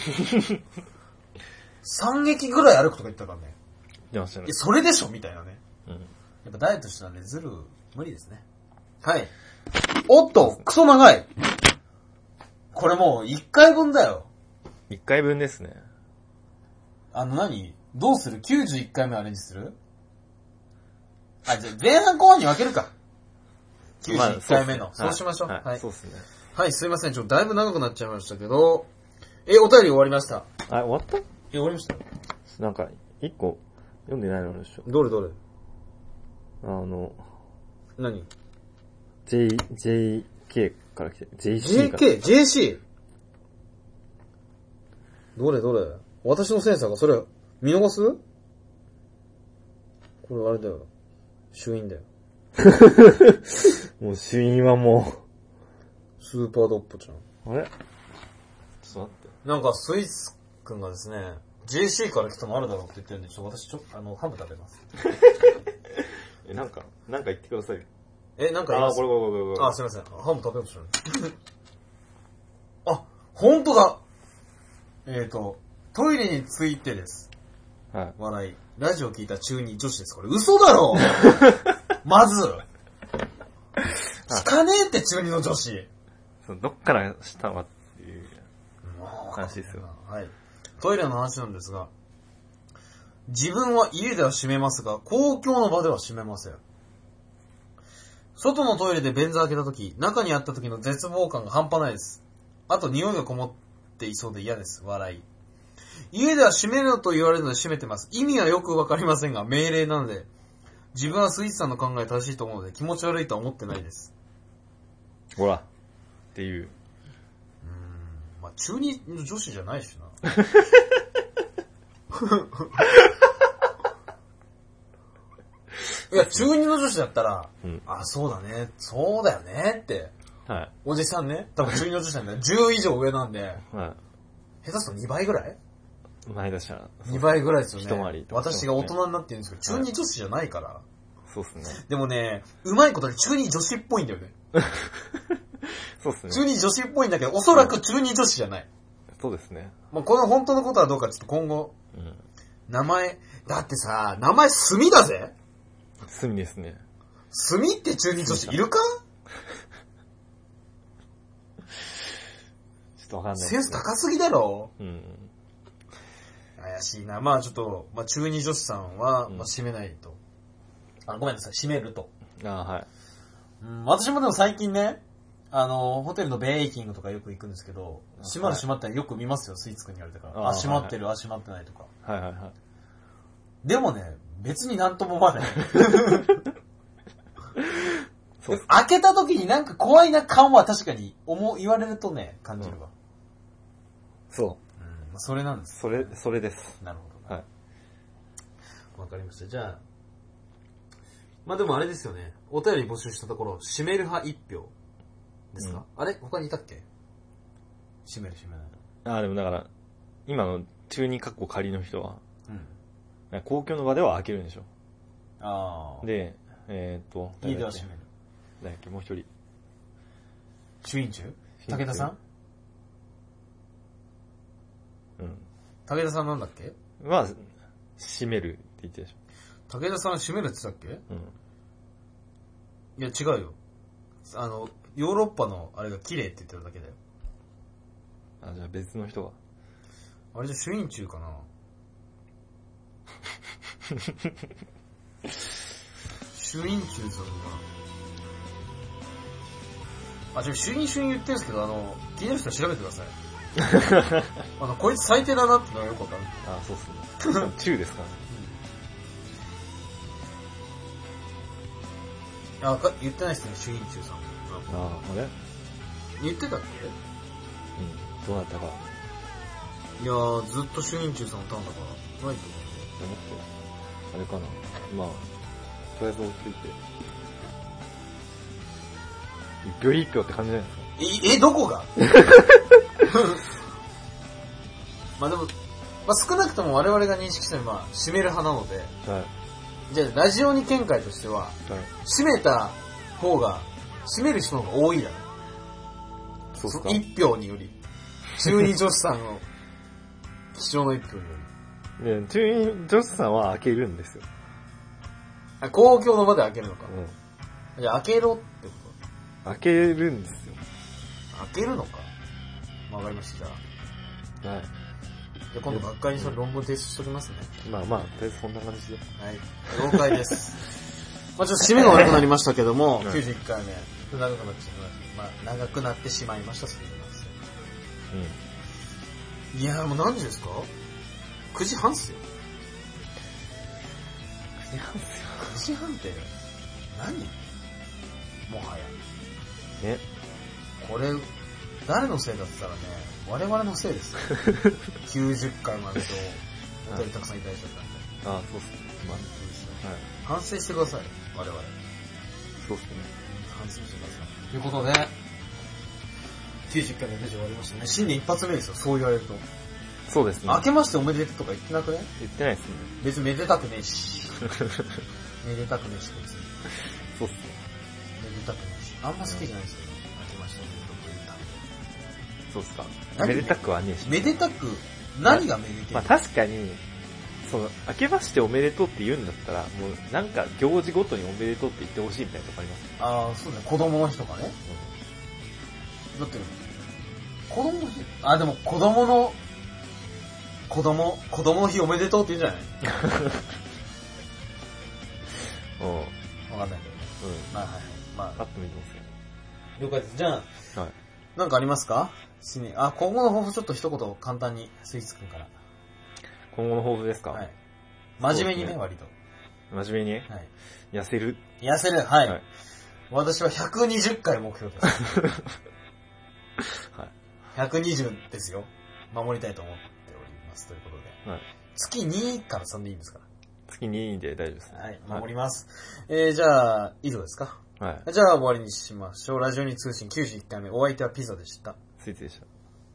[SPEAKER 1] さん駅ぐらい歩くとか言ったからね。いや、それでしょみたいなね。うん、やっぱダイエットしたらね、ずる、無理ですね。はい。おっと、クソ長い。これもういっかいぶんだよ。
[SPEAKER 2] いっかいぶんですね。
[SPEAKER 1] あの何どうする ?きゅうじゅういっかいめアレンジするあ、じゃあ前半後半に分けるか。きゅうじゅういっかいめの。まあ、そうね、そうしましょう。はい。はい、
[SPEAKER 2] そうですね。
[SPEAKER 1] はい、すいません。ちょっとだいぶ長くなっちゃいましたけど。え、お便り終わりました。
[SPEAKER 2] あ、終わった？え、
[SPEAKER 1] 終わりました。
[SPEAKER 2] なんか、いっこ読んでないのあるでしょ。
[SPEAKER 1] どれどれ
[SPEAKER 2] あの、
[SPEAKER 1] 何
[SPEAKER 2] ?J、ジェイケー から来て、ジェイシー から。
[SPEAKER 1] ジェイケー、ジェイシー? どれどれ私のセンサーがそれ、見逃すこれあれだよ。主因だよ。
[SPEAKER 2] もう主因はも
[SPEAKER 1] う。スーパードッポちゃ
[SPEAKER 2] ん。あれちょっと待って。
[SPEAKER 1] なんかスイーツくんがですね、ジェイシー から来たのあるだろうって言ってるんで、ちょっと私ちょっと、あの、ハム食べます。
[SPEAKER 2] え、なんか、なんか言ってくださいよ。
[SPEAKER 1] え、なんか言います。
[SPEAKER 2] あ、これこれこれこれ。
[SPEAKER 1] あ、すいません。ハム食べようとしたのに。あ、ほんとだえーと、トイレについてです。はい。笑い。ラジオ聞いた中二女子です。これ嘘だろまず。聞かねえって中二の女子。
[SPEAKER 2] そうどっからしたわっていう話ですよ。
[SPEAKER 1] はい。トイレの話なんですが、自分は家では閉めますが、公共の場では閉めません。外のトイレで便座開けたとき、中にあったときの絶望感が半端ないです。あと匂いがこもっていそうで嫌です。笑い。家では閉めろと言われるので閉めてます。意味はよくわかりませんが、命令なので、自分はスイーツさんの考え正しいと思うので気持ち悪いとは思ってないです。
[SPEAKER 2] ほら。っていう。うーん。
[SPEAKER 1] まあ、中二の女子じゃないしな。いや、中二の女子だったら、うん、あ、そうだね、そうだよねって。はい。おじさんね、多分中二の女子なんだよ。じゅう以上上なんで。はい。下手するとにばいぐらい
[SPEAKER 2] 前出したら。
[SPEAKER 1] にばいぐらいですよね。
[SPEAKER 2] 一回りと、
[SPEAKER 1] ね。私が大人になってるんですけど、中二女子じゃないから。はい、
[SPEAKER 2] そうっすね。
[SPEAKER 1] でもね、うまいことで中二女子っぽいんだよね。
[SPEAKER 2] そうっすね。
[SPEAKER 1] 中二女子っぽいんだけど、おそらく中二女子じゃない。
[SPEAKER 2] そうですね。
[SPEAKER 1] まあ、この本当のことはどうかちょっと今後。うん。名前、だってさ、名前すみだぜ。
[SPEAKER 2] すみですね。
[SPEAKER 1] すみって中二女子いるか？
[SPEAKER 2] ちょっとわかんない、ね。
[SPEAKER 1] センス高すぎだろ。うん。怪しいな。まあちょっと、まあ中二女子さんは、まあ閉めないと。あ、ごめんなさい、閉めると。
[SPEAKER 2] ああ、はい。
[SPEAKER 1] うん、私もでも最近ね、あの、ホテルのベイキングとかよく行くんですけど、閉まる閉まったらよく見ますよ、スイーツくんに言われてから。あ、あ閉まってる、はいはい、あ、閉まってないとか。
[SPEAKER 2] はいはいはい。
[SPEAKER 1] でもね、別になんとも思わない。そう開けた時になんか怖いな感は確かに思う、言われるとね、感じるわ。
[SPEAKER 2] うん、そう。
[SPEAKER 1] うん、それなんです。
[SPEAKER 2] それ、それです。
[SPEAKER 1] なるほど。
[SPEAKER 2] はい。
[SPEAKER 1] わかりました。じゃあ、まあでもあれですよね。お便り募集したところ、閉める派一票ですか、うん、あれ他にいたっけ閉める閉めない。
[SPEAKER 2] ああ、でもだから、今の中二カッコ仮の人は、うん、公共の場では開けるんでしょ。
[SPEAKER 1] ああ。
[SPEAKER 2] で、えー、っと、
[SPEAKER 1] 家では閉める。
[SPEAKER 2] 誰だっけもう一人。
[SPEAKER 1] 主演中武田さんうん。武田さんなんだっけ
[SPEAKER 2] は、閉めるって言ってたでしょ。
[SPEAKER 1] 武田さん閉めるって言ってたっけうん。 いや、違うよ。あの、ヨーロッパのあれが綺麗って言ってるだけだよ。
[SPEAKER 2] あ、じゃあ別の人が。
[SPEAKER 1] あれじゃ、朱印中かな朱印中さんが。あ、じゃあ、朱印朱印言ってるんですけど、あの、気になる人は調べてください。あの、こいつ最低だなってのはよくわかる。
[SPEAKER 2] あ、そうっすね。中ですからね。
[SPEAKER 1] あ、か言ってないっすね、朱印中さん。
[SPEAKER 2] あ、あれ
[SPEAKER 1] 言ってたっけ？
[SPEAKER 2] うん、どうなったか。
[SPEAKER 1] いやー、ずっと朱印中さんのターンだから、ないと思う。
[SPEAKER 2] じゃあもっと、あれかな。まあ、とりあえず置いといて。一票一票って感じじゃないですか。
[SPEAKER 1] え、え、どこがまあでも、まあ少なくとも我々が認識したのは、まあ、締める派なので、
[SPEAKER 2] はい。
[SPEAKER 1] じゃあ、ラジオに見解としては、
[SPEAKER 2] はい。
[SPEAKER 1] 締めた方が、締める人の方が多いだろ。
[SPEAKER 2] そうっすか。
[SPEAKER 1] 一票により。中二女子さんの、貴重な一票により。
[SPEAKER 2] いや、中二女子さんは開けるんですよ。
[SPEAKER 1] あ、公共の場で開けるのか。
[SPEAKER 2] うん。
[SPEAKER 1] じゃあ、開けろってこ
[SPEAKER 2] 開けるんですよ。
[SPEAKER 1] と開けるのか。まあ、わかりました。じゃあ。
[SPEAKER 2] はい。
[SPEAKER 1] じゃあ今度学会にその論文提出しておきますね。
[SPEAKER 2] まあまあ、とりあえずそんな感じで。
[SPEAKER 1] はい。了解です。まあちょっと締めが悪くなりましたけども、
[SPEAKER 2] はい、
[SPEAKER 1] きゅうじゅういっかいめ、長くなってしまい、まあ長くなってしまいました、すみません。うん。いやーもう何時ですか ?く 時半っすよ。
[SPEAKER 2] くじはんっすよ。
[SPEAKER 1] くじはんって何もはや。
[SPEAKER 2] ね。
[SPEAKER 1] これ、誰のせいだって言ったらね、我々のせいですよ。きゅうじゅっかいまでと、お便りたくさんいただいちゃったんで。
[SPEAKER 2] ああ、そうっすね。まあ、そうですね。はい。
[SPEAKER 1] 反省してください、我々。
[SPEAKER 2] そうっすね。
[SPEAKER 1] 反省してください。ということで、きゅうじゅっかいめ無事終わりましたね。新年一発目ですよ、そう言われると。
[SPEAKER 2] そうですね。
[SPEAKER 1] 明けましておめでとうとか言ってなくね？
[SPEAKER 2] 言ってないですね。
[SPEAKER 1] 別にめでたくねえし。めでたくねえし、別に。
[SPEAKER 2] そうっすね。
[SPEAKER 1] めでたくねえし。あんま好きじゃないですけど、明けましておめでとうと言ったんで。
[SPEAKER 2] そうっすか。めでたくはねえし。
[SPEAKER 1] めでたく、何がめでてる？
[SPEAKER 2] まあ確かに、その、明けましておめでとうって言うんだったら、もうなんか行事ごとにおめでとうって言ってほしいみたいなとこありますね。
[SPEAKER 1] ああ、そうね、子供の日とかね。うん、だって、子供の日、あ、でも子供の、子供、子供の日おめでとうって言うんじゃない
[SPEAKER 2] うん。
[SPEAKER 1] わかんないけどね。うん。はいはいはい。まあ、
[SPEAKER 2] パッと見てますよ。
[SPEAKER 1] 了解です。じゃあ、
[SPEAKER 2] はい。
[SPEAKER 1] なんかありますか？新年。あ、今後の抱負ちょっと一言簡単に、スイーツくんから。
[SPEAKER 2] 今後の抱負ですか？
[SPEAKER 1] はい。真面目にね、
[SPEAKER 2] ね
[SPEAKER 1] 割と。
[SPEAKER 2] 真面目に、
[SPEAKER 1] はい。
[SPEAKER 2] 痩せる。
[SPEAKER 1] 痩せる、はい。
[SPEAKER 2] はい、
[SPEAKER 1] 私はひゃくにじゅっかい目標です。
[SPEAKER 2] はい。
[SPEAKER 1] ひゃくにじゅうですよ。守りたいと思っております。ということで。
[SPEAKER 2] はい。
[SPEAKER 1] 月にからさんでいいんですから。
[SPEAKER 2] 月にで大丈夫ですね。
[SPEAKER 1] はい。守ります。はい、えー、じゃあ、以上ですか？
[SPEAKER 2] はい。
[SPEAKER 1] じゃあ終わりにしましょう。ラジオに通信きゅうじゅういっかいめ。お相手はピザでした。
[SPEAKER 2] スイーツでした。